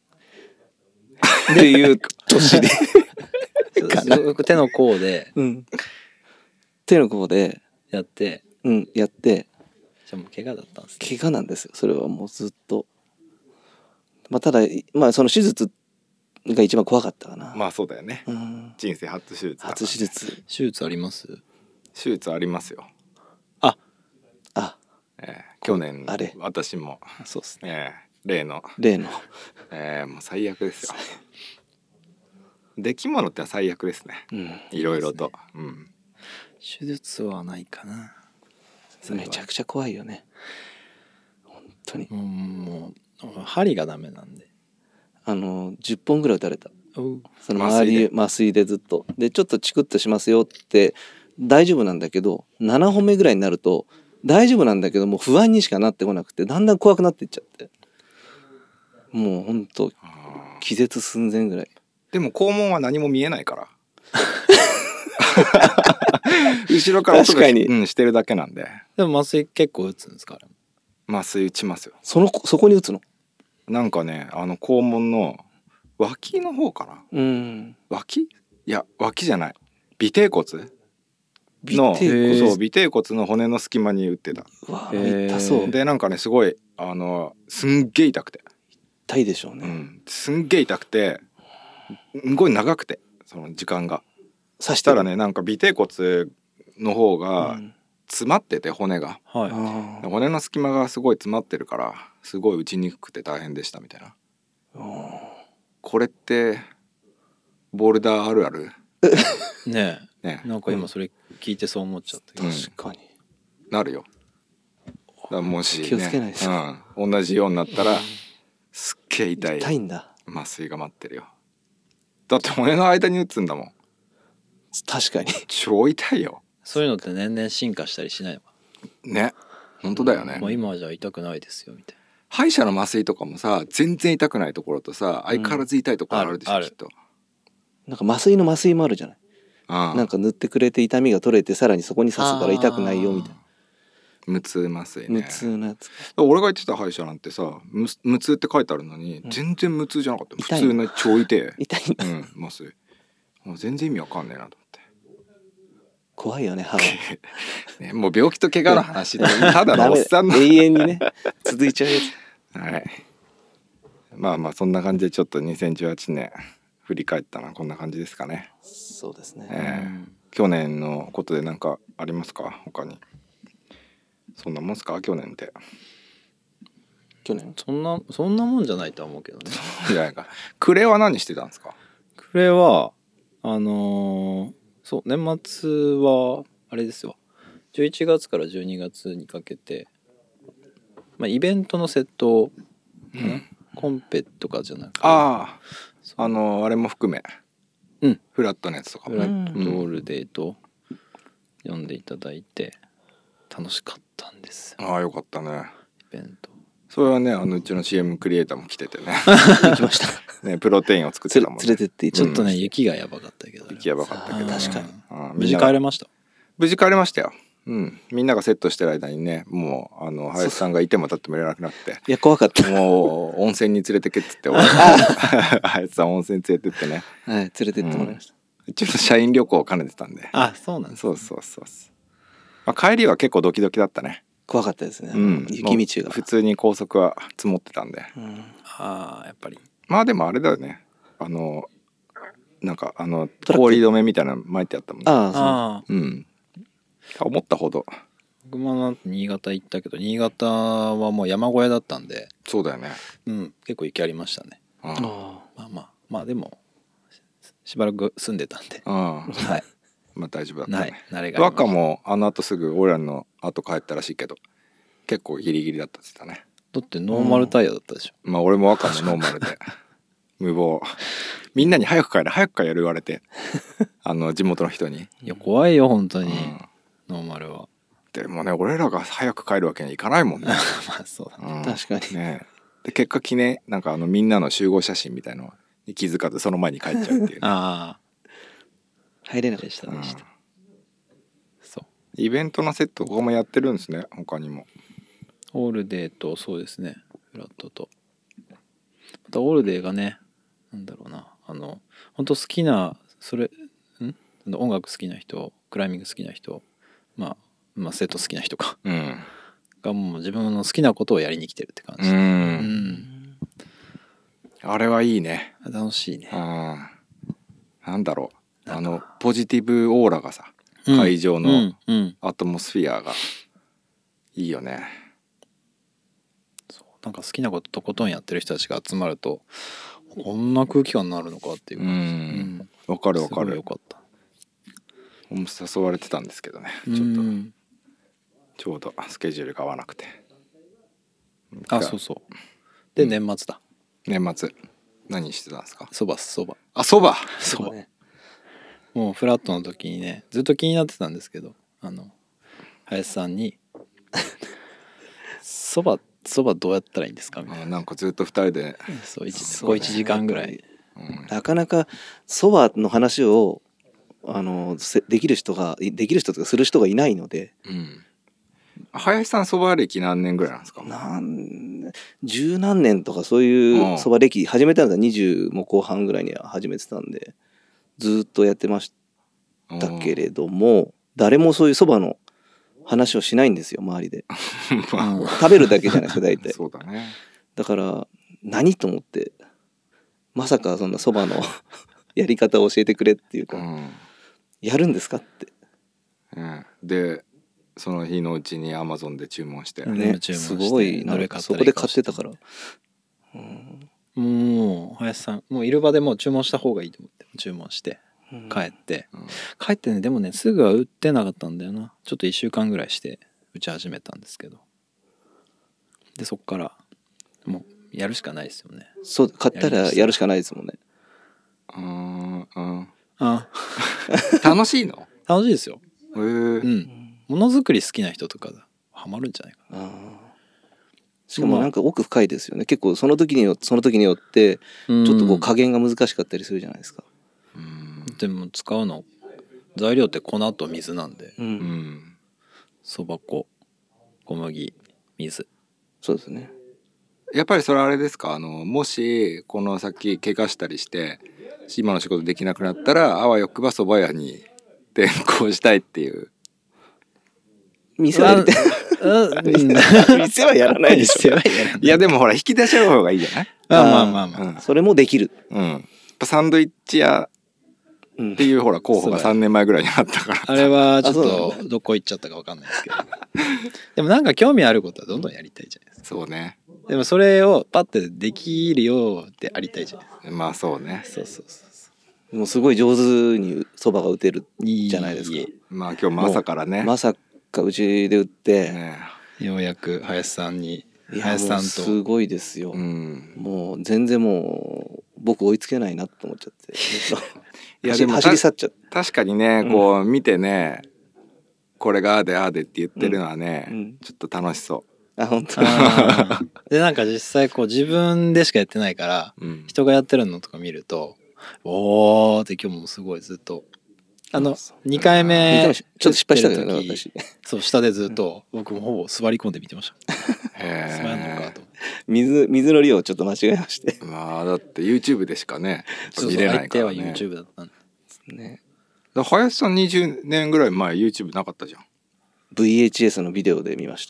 っていう年で手の甲で、うん、 手の甲でやってうんやってじゃあもう怪我だったんですね。 怪我なんですよそれはもうずっと。まあただまあその手術が一番怖かったかな。 まあそうだよね、うん、人生初手術初手術手術あります？ 手術ありますよ。 ああ、 えー、去年あれ私もそうですね、えー、例の例のえー、もう最悪ですよ出来物って最悪ですね、うん、いろいろと、ね、うん、 手術はないかな。 めちゃくちゃ怖いよね本当に。 うん、もう針がダメなんであのじゅっぽんぐらい打たれた。その周り麻酔でずっとでちょっとチクッとしますよって大丈夫なんだけどななほんめぐらいになると大丈夫なんだけどもう不安にしかなってこなくてだんだん怖くなっていっちゃってもうほんと気絶寸前ぐらい。 でも肛門は何も見えないから後ろから音が、うん、してるだけなんで。 でも麻酔結構打つんですか？あれ麻酔打ちますよ。 そのそこに打つの？ なんかねあの肛門の脇の方かな、うん、脇？いや脇じゃない尾てい骨のそう尾てい骨の骨の隙間に打ってた。 うわ痛そうでなんかねすごいあのすんげえ痛くて痛いでしょうね、 うん、すんげえ痛くてすごい長くてその時間がそしたらねなんか尾てい骨の方が詰まってて骨が、うんはい、骨の隙間がすごい詰まってるからすごい打ちにくくて大変でしたみたいな。これってボルダーあるあるねえねなんか今それ聞いてそう思っちゃった、 うん、確かになるよ。だからもし、ね、 気をつけないですか、 うん、同じようになったらすっげえ痛い痛いんだ麻酔が待ってるよ。だって骨の間に打つんだもん。 確かに超痛いよ。 そういうのって年々進化したりしないのかね本当だよね。 もう今はじゃあ痛くないですよみたいな。 歯医者の麻酔とかもさ全然痛くないところとさ相変わらず痛いところあるでしょ、うん、きっと。 なんか麻酔の麻酔もあるじゃない。ああなんか塗ってくれて痛みが取れてさらにそこに刺すから痛くないよみたいな。 無痛麻酔ね。 無痛のやつ。 俺が言ってた歯医者なんてさ 無, 無痛って書いてあるのに、うん、全然無痛じゃなかった。普通の超痛い痛いんだ、 うん、麻酔もう全然意味わかんねえなと思って。 怖いよね歯はね、もう病気と怪我の話でただのおっさんの永遠にね続いちゃうやつはいまあまあそんな感じでちょっとにせんじゅうはちねん振り返ったのはこんな感じですかね。 そうですね、 えー、去年のことで何かありますか他に。そんなもんすか去年って。 去年そんなそんなもんじゃないとは思うけどねいやか暮れは何してたんですか。 暮れはあのー、そう年末はあれですよじゅういちがつからじゅうにがつにかけて、まあ、イベントのセットを、うん、コンペとかじゃなくてあああのあれも含め、 うん、 フラットのやつとかもね、 フラットオールデーと読んでいただいて楽しかったんですよ。 ああよかったねイベント。 それはねあのうちの シーエム クリエイターも来ててね行きましたねプロテインを作ってたもんね。 連れてってちょっとね、うん、雪がやばかったけど雪やばかったけど、ね、 確かに無事帰れました。 無事帰れましたよ。うん、みんながセットしてる間にねもうあの林さんがいても立ってもいられなくなっていや怖かったもう温泉に連れてけって言って林さん温泉連れてってねはい連れてってもらいました、 うん、うちの社員旅行を兼ねてたんで。 あそうなんです、 ね、そうそうそうそう、まあ、帰りは結構ドキドキだったね。 怖かったですね、うん、雪道が普通に高速は積もってたんで、 うん、ああやっぱりまあでもあれだよねあのなんかあの氷止めみたいなの巻いてあったもんね。 ああそう、うん、思ったほど。 僕も新潟行ったけど新潟はもう山小屋だったんで。 そうだよね、 うん、結構雪ありましたね。 あまあまあまあでもしばらく住んでたんで、 あはいまあ大丈夫だったね。 慣れがありました。 若もあの後すぐ俺らの後帰ったらしいけど結構ギリギリだったって言ったね。 だってノーマルタイヤだったでしょ。 まあ俺も若もノーマルで無謀みんなに早く帰れ早く帰れ言われてあの地元の人にいや怖いよ本当に、うん、ノーマルは。 でもね俺らが早く帰るわけにはいかないもんねまあそうだね、 うん、 確かにね。で結果記念なんかあのみんなの集合写真みたいのに気づかずその前に帰っちゃうっていう、ね、 ああ入れなかったでしたでした、うん、そうイベントのセット他もやってるんですね。他にもオールデーとそうですねフラットとまたオールデーがねなんだろうなあの本当好きなそれん音楽好きな人クライミング好きな人、まあ、まあセット好きな人か、 うん、 がもう自分の好きなことをやりに来てるって感じ。 うん、 うん、 あれはいいね。 楽しいね。 あなんだろうあのポジティブオーラがさ、うん、会場のアトモスフィアがいいよね。 そうなんか好きなこととことんやってる人たちが集まるとこんな空気感になるのかっていう感じ。 うんわ、うん、かるわかる。 よかった。 俺も誘われてたんですけどねちょっと、うん、ちょうどスケジュールが合わなくて。 あそうそうで、うん、年末だ。 年末何してたんですか。 そばそばあそばそばね。もうフラットの時にねずっと気になってたんですけどあの林さんにそばそばどうやったらいいんですかみたいな。 なんかずっとふたりでそういちじかんぐらい、 うん、なかなかそばの話をあのできる人ができる人とかする人がいないので、 うん、林さんそば歴何年ぐらいなんですか。 なん十何年とかそういうそば歴始めたのがにじゅうも後半ぐらいには始めてたんでずっとやってましたけれども誰もそういうそばの話をしないんですよ、周りで。食べるだけじゃないですか、大体。 そうだね。 だから何と思って、まさかそんなそばのやり方を教えてくれっていうか、うん、やるんですかって、 うん、でその日のうちにアマゾンで注文してね、すごいなんかそこで買ってたから、 うん、もう林さんもういる場でもう注文した方がいいと思って注文して帰って、うん、帰ってね、でもねすぐは売ってなかったんだよな。ちょっといっしゅうかんぐらいして打ち始めたんですけど、でそっからもうやるしかないですよね。 そう、買ったらやるしかないですもんね。 うんうんあ楽しいの？ 楽しいですよ。 へー、 うん。ものづくり好きな人とかハマるんじゃないかな。あ、 しかもなんか奥深いですよね。結構その時によその時によってちょっとこう加減が難しかったりするじゃないですか。 うん、でも使うの材料って粉と水なんで、うん、そば粉、小麦、水。 そうですね。 やっぱりそれあれですか、あのもしこの先怪我したりして今の仕事できなくなったらあわよくば蕎麦屋に転校したいっていう。 店はやりたい。店はやらないでしょ。 いやでもほら引き出し合う方がいいじゃない？ ああまあまあまあ、 うん、それもできる。 うん。サンドイッチ屋っていうほら候補がさんねんまえぐらいにあったから、 あれはちょっとどこ行っちゃったか分かんないですけどでもなんか興味あることはどんどんやりたいじゃないですか。 そうね。 でもそれをパッてできるよってありたいじゃないですか。 まあそうね。 そうそうそう。 もうすごい上手にそばが打てるじゃないですか。いいまあ今日も朝からね。 まさかうちで打って、ね、 ようやく林さんに林さんとすごいですよ、うん、もう全然もう僕追いつけないなと思っちゃっていやでも走り去っちゃって。 確かにねこう見てね、うん、これがああでああでって言ってるのはね、うん、ちょっと楽しそう。 あ本当でなんか実際こう自分でしかやってないから、うん、人がやってるのとか見るとおーって今日もすごいずっとあのにかいめちょっと失敗したけどね私。 そう下でずっと僕もほぼ座り込んで見てました。へえ。座るのかと。 水水の量をちょっと間違えまして。 まあだって YouTube でしかね見れないからね。 相手は YouTube だったんですね。 だ林さんにじゅうねんぐらい前 YouTube なかったじゃん。 ブイエイチエス のビデオで見ました。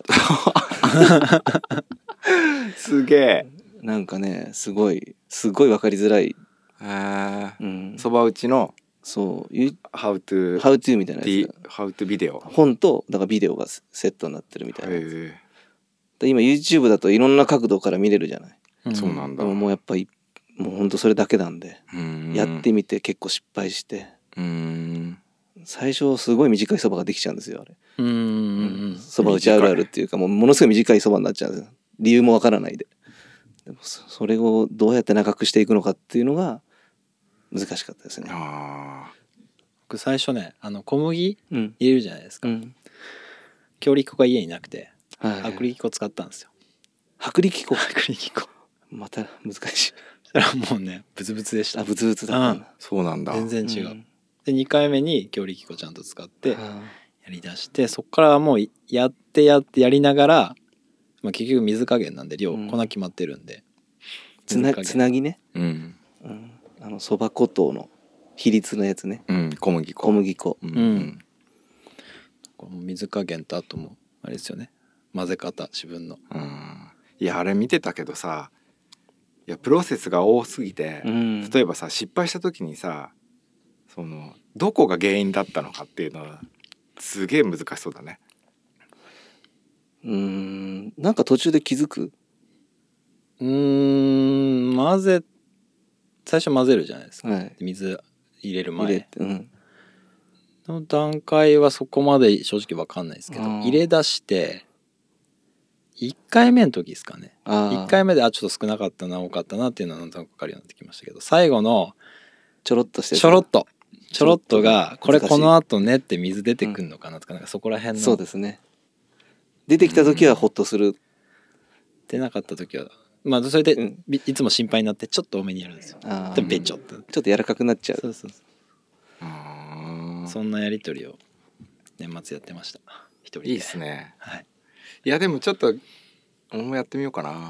すげえ。 なんかねすごいすごい分かりづらい。へえ。うん。そば打ちのそう How to How to みたいなやつ。 How to ビデオ。 本とだからビデオがセットになってるみたいなやつ。で今 YouTube だといろんな角度から見れるじゃない。 うん、そうなんだ。 でももうやっぱりもう本当それだけなんで、んやってみて結構失敗して。うん最初すごい短いそばができちゃうんですよあれ。うんそば打ちあるあるっていうかもうものすごい短いそばになっちゃうんですよ。理由もわからないで。でもそれをどうやって長くしていくのかっていうのが難しかったですね。あ僕最初ねあの小麦入れるじゃないですか、うん、強力粉が家になくて、はい、薄力粉使ったんですよ。 薄力粉薄力粉また難しい。 そしたらもうねブツブツでした。 あブツブツだったんだ、うん、 そうなんだ。 全然違う、うん、でにかいめに強力粉ちゃんと使ってやりだしてそっからはもうやってやってやりながら、まあ、結局水加減なんで量、うん、粉決まってるんでつな, つなぎねうんあのそば粉との比率のやつね、 うん、小麦粉小麦粉、 うん、この水加減とあともあれですよね混ぜ方自分の、 うん、いやあれ見てたけどさいやプロセスが多すぎて、うん、例えばさ失敗した時にさそのどこが原因だったのかっていうのはすげえ難しそうだね。 うーんなんか途中で気づく。 うーん混ぜ最初混ぜるじゃないですか、はい、水入れる前入れ、うん、の段階はそこまで正直分かんないですけど入れ出していっかいめの時ですかねいっかいめであちょっと少なかったな多かったなっていうのはなんとなく分かるようになってきましたけど最後のちょろっとしてちょろっとちょろっとがこれこの後ねって水出てくんのかなとかなんかそこら辺のそうですね出てきた時はホッとする、うん、 出なかった時はまあそれで、うん、いつも心配になってちょっと多めにやるんですよ。あでべちょっとちょっと柔らかくなっちゃう。 そうそうそうあそんなやり取りを年末やってました一人で。 いいですね、 はい、 いやでもちょっと俺もやってみようかな。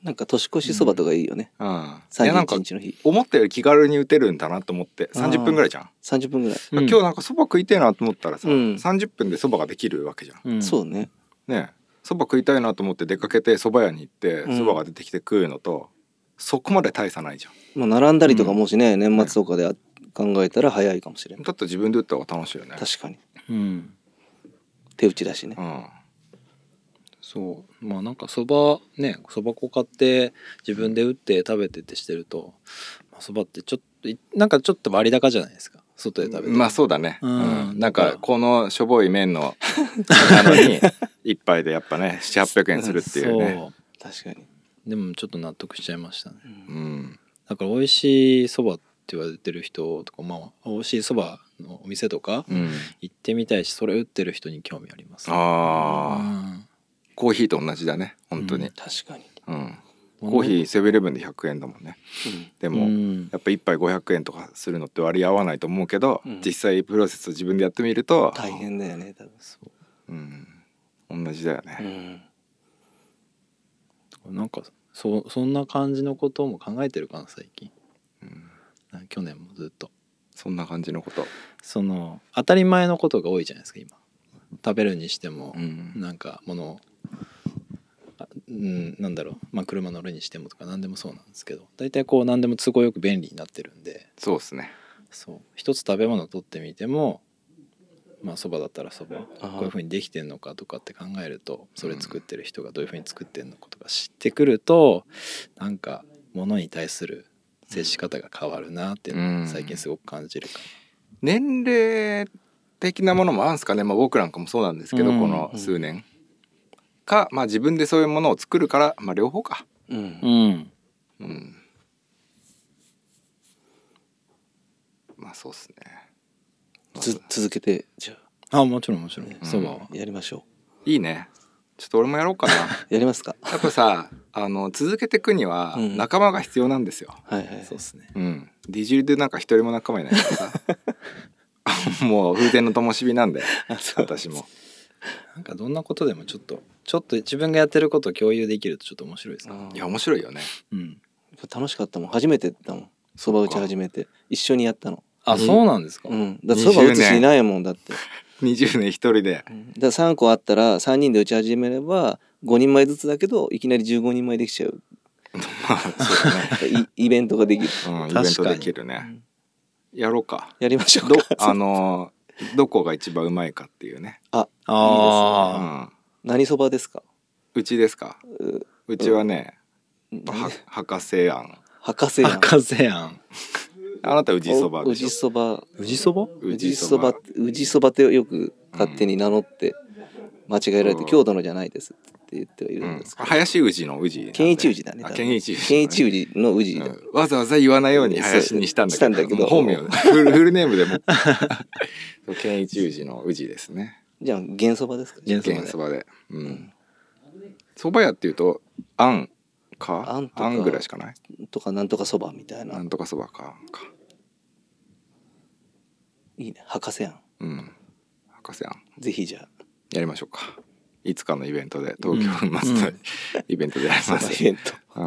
なんか年越しそばとかいいよね、うん、さんじゅういちにちの日。 思ったより気軽に打てるんだなと思って。さんじゅっぷんぐらいじゃん。 さんじゅっぷんぐらい、 うん、今日なんかそば食いたいなと思ったらさ、うん、さんじゅっぷんでそばができるわけじゃん、 うん、そうね。 ね、そば食いたいなと思って出かけてそば屋に行ってそばが出てきて食うのと、うん、そこまで大差ないじゃん。 まあ並んだりとかもしね、うん、年末とかで考えたら早いかもしれない。 だって自分で打った方が楽しいよね。 確かに、 うん、 手打ちだしね、 うん、 そうまあなんかそばねそば粉買って自分で打って食べてってしてるとそば、まあ、ってちょっとなんかちょっと割高じゃないですか外で食べて。 まあそうだね、うん、うん、なんかこのしょぼい麺のなのに一杯でやっぱねななひゃくはっぴゃくえんするっていうね。 そう確かに。 でもちょっと納得しちゃいましたね、 うん、 だから美味しいそばって言われてる人とか、まあ美味しいそばのお店とか行ってみたいし、それ売ってる人に興味あります、ね、 ああ、うんコーヒーと同じだね本当に、うん、 確かに、 うん、コーヒーセブンイレブンでひゃくえんだもんね、うん、でも、うん、やっぱ一杯ごひゃくえんとかするのって割り合わないと思うけど、うん、実際プロセスを自分でやってみると大変だよね多分。そう、 うん、同じだよね、 うん、なんか そ, そんな感じのことも考えてるかな最近、うん、去年もずっとそんな感じのこと、 その当たり前のことが多いじゃないですか今。食べるにしても、うん、なんか物をうん、なんだろう、まあ、車乗るにしてもとか何でもそうなんですけど、大体こう何でも都合よく便利になってるんで。 そうですね。 そう一つ食べ物を取ってみてもまあそばだったらそばこういう風にできてんのかとかって考えると、それ作ってる人がどういう風に作ってんのかとか知ってくると、なんか物に対する接し方が変わるなっていうのを最近すごく感じるかな。 年齢的なものもあるんですかね、まあ、僕なんかもそうなんですけど、うん、この数年か、まあ、自分でそういうものを作るから、まあ、両方か、うんうんうん、まあそうっすね、 まあ、つ続けてじゃあ。あもちろんもちろんそば、 うん、やりましょう。いいね、ちょっと俺もやろうかなやりますか。 やっぱさあの続けていくには仲間が必要なんですよ、 うん、はいはいそうっすね、 うん、ディジルでなんか一人も仲間いないからさもう風前の灯火なんで私もなんかどんなことでもちょっとちょっと自分がやってることを共有できるとちょっと面白いですね。 いや面白いよね、 うん、楽しかったもん。初めてだもんそば打ち始めて一緒にやったの。 あそうなんですか。 うんだってそば打つしないもんだってにじゅうねん一人で、 うん、だからさんこあったらさんにんで打ち始めればごにんまえずつだけどいきなりじゅうごにんまえできちゃうまあそうだねイベントができる、 うん、イベントできるね、うんやろうか。 やりましょうか。 あのどこが一番うまいかっていうね。 あ、あいいですね。うん、何そばですか。 うちですか。う, うちはね、は博士あん。 博士あん。 博士あん。 あなた宇治そばでしょ。 宇治そば。 宇治そば？ 宇治そば。宇治そばってよく勝手に名乗って間違えられて、うん、郷土のじゃないですって言ってはいるんですけど、 うん、林宇治の宇治。 健一宇治だね。 健一宇治。 健一宇治の宇治、うん。 わざわざ言わないように林にしたんだけど。 したんだけど本名フルフルネームでも健一宇治の宇治ですね。 じゃあ玄そばですか。 玄そばで。うん。そば屋っていうとあんかあんとかあんぐらいしかない。 とかなんとかそばみたいな。 なんとかそばかか。 いいね博士あん。 うん。博士あん。 ぜひじゃあやりましょうか。いつかのイベントで東京粉末のイベントでやります。 イベント。 うん。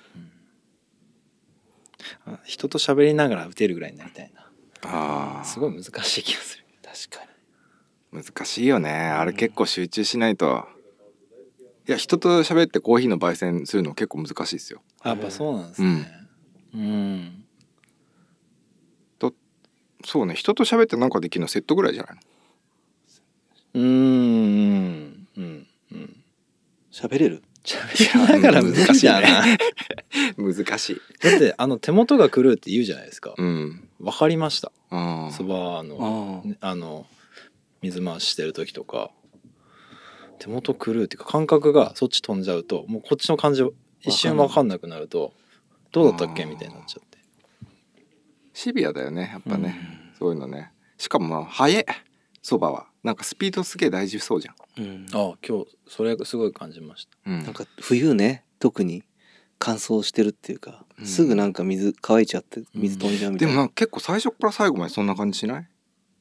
人と喋りながら打てるぐらいになりたいな。 ああ。 すごい難しい気がする。 確かに。難しいよね。あれ結構集中しないと。いや人と喋ってコーヒーの焙煎するの結構難しいですよ。 やっぱそうなんですね。うん。うん、 とそうね人と喋ってなんかできるのセットぐらいじゃないの。 うーんうんうん喋れる喋りながら難しいな難しい。 だってあの手元が狂うって言うじゃないですか。 うん、 分かりました。そばのあの水回ししてる時とか手元狂うっていうか感覚がそっち飛んじゃうともうこっちの感じ一瞬分かんなくなるとどうだったっけみたいになっちゃってシビアだよねやっぱね、うん、そういうのね。しかもまあ早いそばはなんかスピードすげえ大事そうじゃん、 うん、ああ今日それすごい感じました、 うん、なんか冬ね特に乾燥してるっていうか、うん、すぐなんか水乾いちゃって水飛んじゃうみたいな、 うん、でもなんか結構最初から最後までそんな感じしない？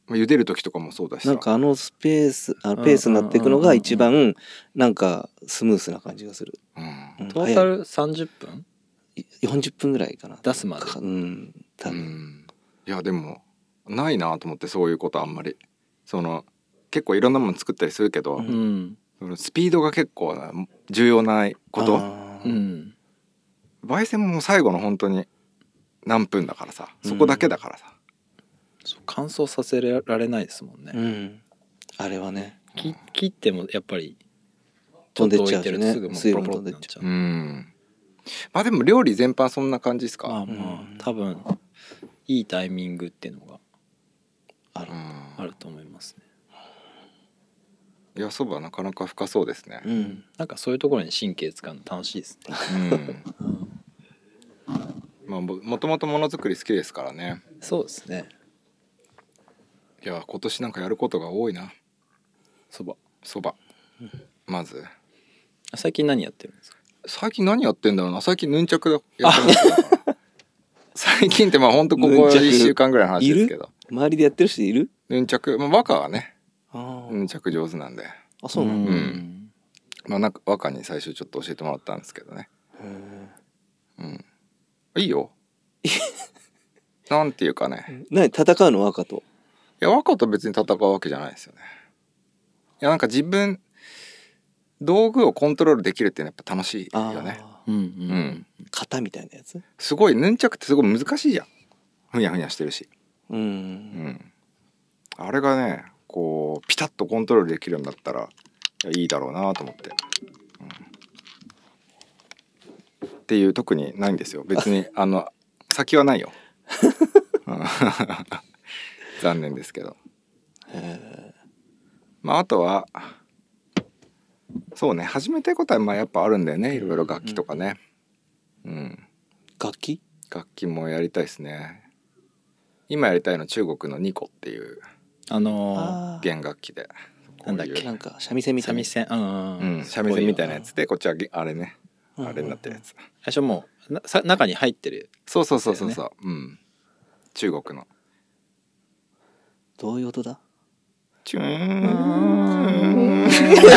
茹でる時とかもそうだしさ、 なんかあのスペースあペースになっていくのが一番なんかスムースな感じがする、 うん、トータルさんじゅっぷんよんじゅっぷんぐらいかな出すまで。 うん多分、うん、 いやでもないなと思って、そういうことあんまり。その結構いろんなもの作ったりするけど、うん、そのスピードが結構重要なこと、うん、焙煎も最後の本当に何分だからさ、そこだけだからさ、 うん、そう乾燥させられないですもんね、 うん、あれはねき切ってもやっぱり飛んでっちゃうしね、 すぐもうポロポロってなっちゃう。うん、 まあでも料理全般そんな感じですか。 まあまあ、うん、多分いいタイミングっていうのがある、うん、あると思いますね。 いや、そばなかなか深そうですね、 うん、なんかそういうところに神経使うの楽しいですね。うん、 まあ、もともとものづくり好きですからね。 そうですね。 いや今年なんかやることが多いな。 そばそばまず最近何やってるんですか。 最近何やってんだろうな。最近ヌンチャクやってます最近ってまあほんとここいっしゅうかんぐらいの話ですけど、 周りでやってる人いる。 ヌンチャク、まあ、若はねヌンチャク上手なんで。 あ、そうなの。うん、まあなんか若に最初ちょっと教えてもらったんですけどね。うん、いいよなんていうかね、 何戦うの若と。 いや若と別に戦うわけじゃないですよね。いやなんか自分道具をコントロールできるっていうのはやっぱ楽しいよね。うんうん、 型みたいなやつ。 すごいヌンチャクってすごい難しいじゃん。ふにゃふにゃしてるし。うん、うん、あれがねこうピタッとコントロールできるようになったらいやいいだろうなと思って、うん、っていう特にないんですよ別にあの先はないよ残念ですけど。まああとはそうね始めたいことはまあやっぱあるんだよね、いろいろ楽器とかね。うん、うん、 楽器楽器もやりたいですね。今やりたいの中国のニコっていうあのー、 弦楽器でなんだっけなんか三味線みたいな三味線うん三味線みたいなやつでこっちはあれねあれになってるやつ。 最初もうなさ中に入ってる、ね、 そうそうそうそうそううん中国のどういう音だチューン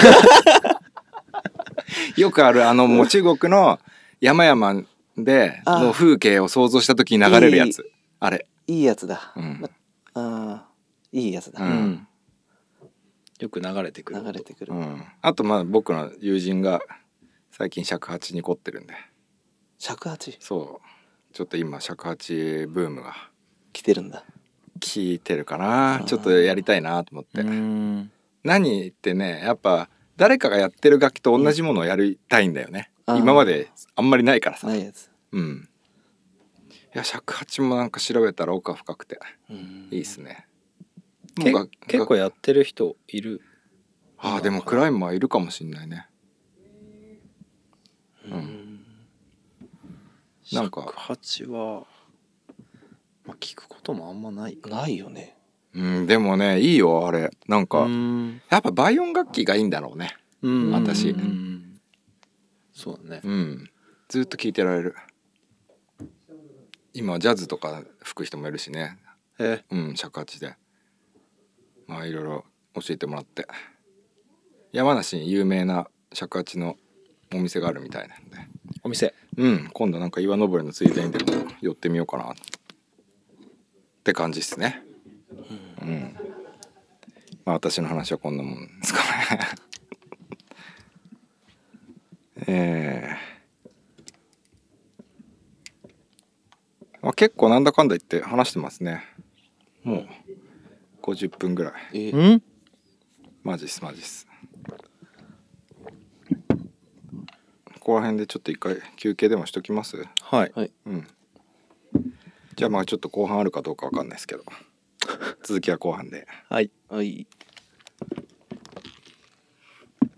よくあるあのもう中国の山々での風景を想像した時に流れるやつ。あれいいやつだ、うん、あいいやつだ、うん、 よく流れてくる流れてくる、 うん、あとまあ僕の友人が最近尺八に凝ってるんで。 尺八そうちょっと今尺八ブームが来てるんだ。 来てるかな。ちょっとやりたいなと思って。うん何ってねやっぱ誰かがやってる楽器と同じものをやりたいんだよね、うん、今まであんまりないからさ。 ないやつ。 うんいや尺八もなんか調べたら奥が深くていいっすね。 け結構やってる人いる。 ああでもクライマーいるかもしんないね。うん。なんか尺八は、まあ、聞くこともあんまないないよね。 うんでもねいいよあれなんかんやっぱ倍音楽器がいいんだろうね。うん私。うんそうだね。 うんずっと聴いてられる。今ジャズとか吹く人もいるしね。えうん尺八でまあいろいろ教えてもらって山梨に有名な尺八のお店があるみたいなんで。 お店うん今度なんか岩登りのついでにでも寄ってみようかなって感じっすね。うん、うん、まあ私の話はこんなもんですかねえーあ結構なんだかんだ言って話してますね。もうごじゅっぷんぐらい。えー、んマジっすマジっす。ここら辺でちょっと一回休憩でもしときます。 はい、 うん、じゃあまあちょっと後半あるかどうかわかんないですけど続きは後半で。 はいはい。